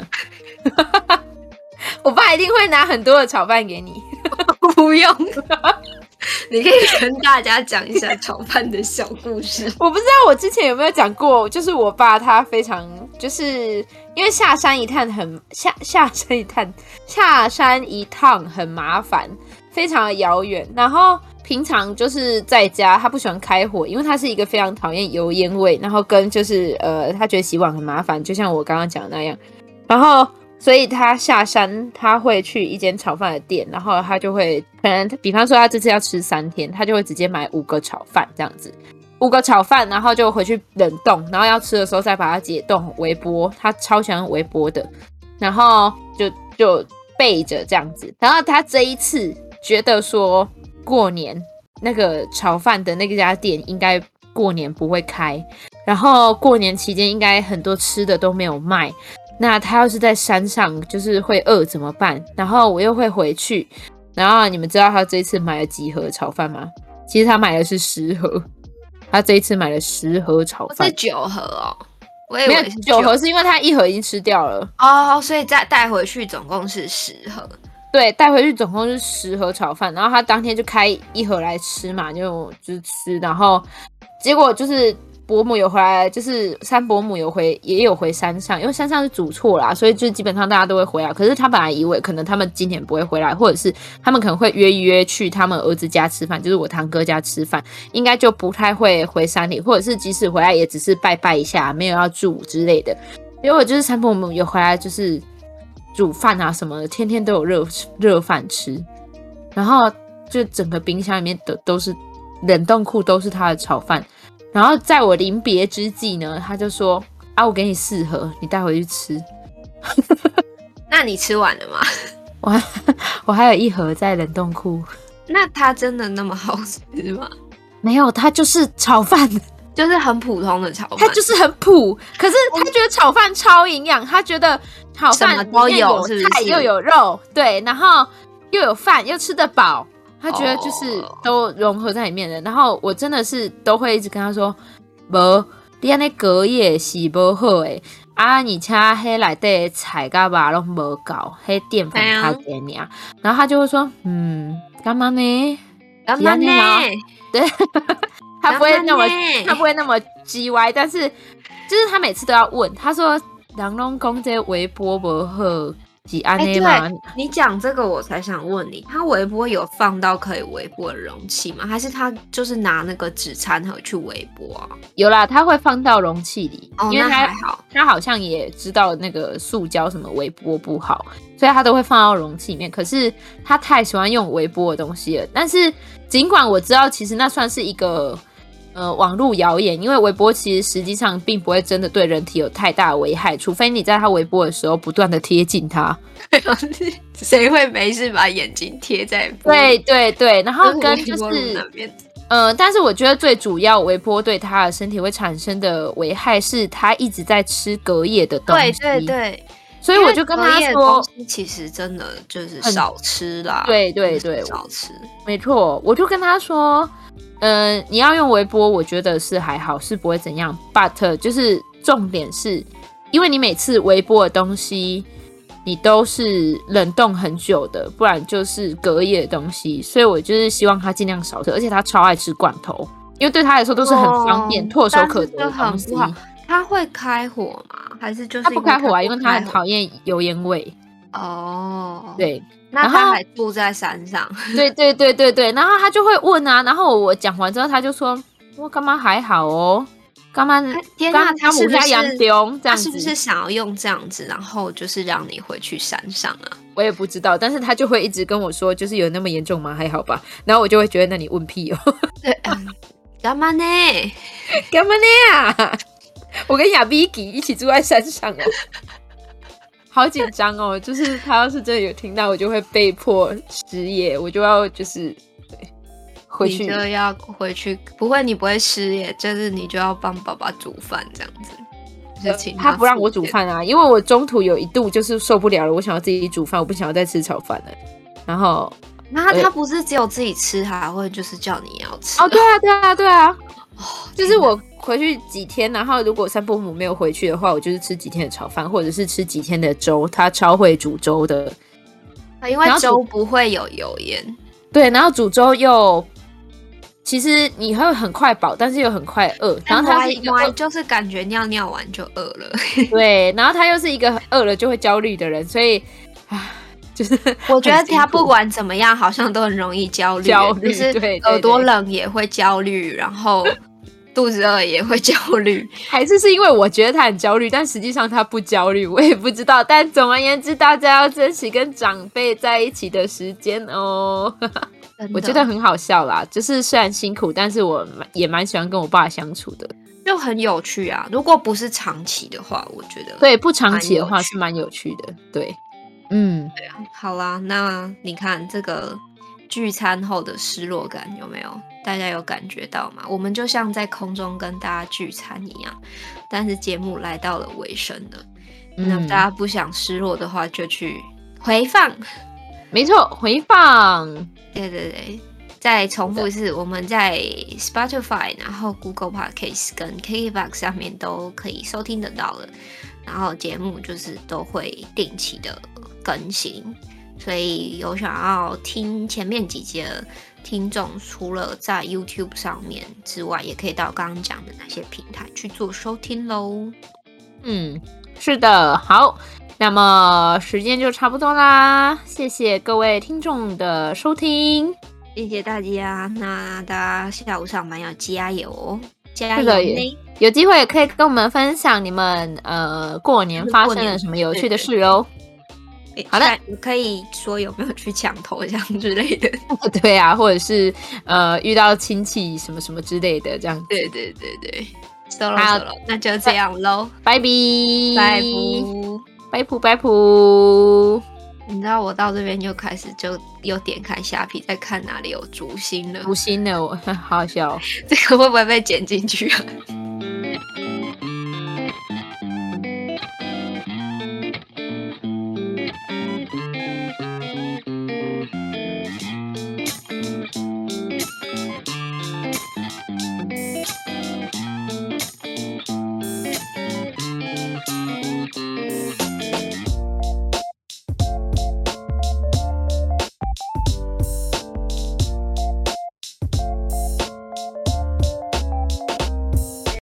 Speaker 2: 我爸一定会拿很多的炒饭给你。
Speaker 1: 不用。你可以跟大家讲一下炒饭的小故事。
Speaker 2: 我不知道我之前有没有讲过，就是我爸他非常就是因为下山一趟很下下山一趟下山一趟很麻烦，非常的遥远。然后平常就是在家，他不喜欢开火，因为他是一个非常讨厌油烟味，然后跟就是呃他觉得洗碗很麻烦，就像我刚刚讲的那样。然后所以他下山他会去一间炒饭的店，然后他就会可能比方说他这次要吃三天，他就会直接买五个炒饭这样子，五个炒饭，然后就回去冷冻，然后要吃的时候再把它解冻微波，他超喜欢微波的，然后就就备着这样子。然后他这一次觉得说过年那个炒饭的那家店应该过年不会开，然后过年期间应该很多吃的都没有卖，那他要是在山上就是会饿怎么办？然后我又会回去，然后你们知道他这一次买了几盒炒饭吗？其实他买的是十盒，他这一次买了十盒炒饭。
Speaker 1: 是九盒哦，我以为是
Speaker 2: 九盒，是因为他一盒已经吃掉了
Speaker 1: 哦，所以再带回去总共是十盒。
Speaker 2: 对，带回去总共是十盒炒饭，然后他当天就开一盒来吃嘛，就就是吃，然后结果就是伯母有回来，就是三伯母有回，也有回山上，因为山上是煮错啦，所以就基本上大家都会回来。可是他本来以为可能他们今年不会回来，或者是他们可能会约一约去他们儿子家吃饭，就是我堂哥家吃饭，应该就不太会回山里，或者是即使回来也只是拜拜一下，没有要住之类的。结果就是三伯母有回来，就是煮饭啊什么的，天天都有热热饭吃，然后就整个冰箱里面的都是冷冻库都是他的炒饭。然后在我临别之际呢，他就说啊，我给你四盒，你带回去吃。
Speaker 1: 那你吃完了吗？
Speaker 2: 我还我还有一盒在冷冻库。
Speaker 1: 那它真的那么好吃吗？
Speaker 2: 没有，它就是炒饭，
Speaker 1: 就是很普通的炒饭，
Speaker 2: 它就是很普。可是他觉得炒饭超营养，他觉得炒饭里面有菜又有肉，对，然后又有饭，又吃得饱。他觉得就是都融合在里面的， oh. 然后我真的是都会一直跟他说，无你安尼隔夜是不好的啊，而且迄内底菜甲肉拢无够，迄淀粉较多尔。然后他就会说，嗯，干嘛呢？
Speaker 1: 干嘛呢？
Speaker 2: 对，他不会那么他不会那么叽歪，但是就是他每次都要问，他说，人拢讲这微波不好。哎、欸，
Speaker 1: 对，你讲这个我才想问你，他微波有放到可以微波的容器吗？还是他就是拿那个纸餐盒去微波啊？
Speaker 2: 有啦，他会放到容器里，
Speaker 1: 哦、
Speaker 2: 因为他
Speaker 1: 还好，
Speaker 2: 他好像也知道那个塑胶什么微波不好，所以他都会放到容器里面。可是他太喜欢用微波的东西了，但是尽管我知道，其实那算是一个。呃，网络谣言，因为微波其实实际上并不会真的对人体有太大的危害，除非你在它微波的时候不断的贴近它。
Speaker 1: 谁会没事把眼睛贴在玻璃？
Speaker 2: 对对对，然后跟就是呃，但是我觉得最主要微波对他的身体会产生的危害是他一直在吃隔夜的东西。对对对。所以我就跟他说，
Speaker 1: 其实真的就是少吃啦。
Speaker 2: 对对对，
Speaker 1: 少吃，
Speaker 2: 没错。我就跟他说，呃，你要用微波，我觉得是还好，是不会怎样。But 就是重点是，因为你每次微波的东西，你都是冷冻很久的，不然就是隔夜的东西。所以我就是希望他尽量少吃，而且他超爱吃罐头，因为对他来说都是很方便、唾手可得的东西。
Speaker 1: 他会开火吗？还是就是
Speaker 2: 他不开火啊？因为他很讨厌油烟味。
Speaker 1: 哦，
Speaker 2: 对，
Speaker 1: 那他还住在山上。
Speaker 2: 对对对对对，然后他就会问啊，然后我讲完之后，他就说：“我干嘛还好哦？ 干嘛？
Speaker 1: 天哪，他是不是
Speaker 2: 洋丢这样子？
Speaker 1: 他是不是想要用这样子，然后就是让你回去山上啊？
Speaker 2: 我也不知道，但是他就会一直跟我说，就是有那么严重吗？还好吧。然后我就会觉得，那你问屁哦。
Speaker 1: 干嘛呢？
Speaker 2: 干嘛呢啊？我跟亚比吉一起住在山上哦，好紧张哦。就是他要是真的有听到，我就会被迫失业，我就要就是对回去，
Speaker 1: 你就要回去。不会，你不会失业，就是你就要帮爸爸煮饭这样子。
Speaker 2: 他, 他不让我煮饭啊，因为我中途有一度就是受不了了，我想要自己煮饭，我不想要再吃炒饭了。然后，
Speaker 1: 那他不是只有自己吃，还会就是叫你要吃？
Speaker 2: 哦，对啊，对啊，对啊，哦、就是我回去几天，然后如果三伯母没有回去的话，我就是吃几天的炒饭，或者是吃几天的粥。他超会煮粥的，
Speaker 1: 因为粥不会有油烟。
Speaker 2: 对，然后煮粥又。其实你会很快饱，但是又很快饿。然后他是一个
Speaker 1: 就是感觉尿尿完就饿了。
Speaker 2: 对，然后他又是一个饿了就会焦虑的人，所以啊，就是
Speaker 1: 我觉得他不管怎么样，好像都很容易焦虑。
Speaker 2: 焦虑，
Speaker 1: 就是耳朵冷也会焦虑，然后肚子饿也会焦虑。
Speaker 2: 还是是因为我觉得他很焦虑，但实际上他不焦虑，我也不知道。但总而言之，大家要珍惜跟长辈在一起的时间哦。我觉得很好笑啦，就是虽然辛苦，但是我也蛮喜欢跟我爸相处的，
Speaker 1: 就很有趣啊。如果不是长期的话，我觉得
Speaker 2: 对，不长期的话是蛮有趣的。对，嗯，
Speaker 1: 对啊。好啦，那你看这个聚餐后的失落感有没有？大家有感觉到吗？我们就像在空中跟大家聚餐一样，但是节目来到了尾声了。嗯、那大家不想失落的话，就去回放。
Speaker 2: 没错，回放。
Speaker 1: 对对对，再重复一次，我们在 Spotify、然后 Google Podcast 跟 K K B O X 上面都可以收听得到了。然后节目就是都会定期的更新，所以有想要听前面几集的听众，除了在 YouTube 上面之外，也可以到刚刚讲的那些平台去做收听咯。
Speaker 2: 嗯，是的，好。那么时间就差不多啦，谢谢各位听众的收听，
Speaker 1: 谢谢大家。那大家下午上班要加油，加油呢！
Speaker 2: 有机会也可以跟我们分享你们呃过年发生了什么有趣的事哦。好的，
Speaker 1: 可以说有没有去抢头像之类的？
Speaker 2: 对啊，或者是呃遇到亲戚什么什么之类的这样子。
Speaker 1: 对对对对，收了收了，那就这样咯，
Speaker 2: 拜拜
Speaker 1: 拜拜。
Speaker 2: 拜普拜普，
Speaker 1: 你知道我到这边就开始就又点开虾皮，再看哪里有竹心了。
Speaker 2: 竹心了，好好笑、哦。
Speaker 1: 这个会不会被剪进去啊？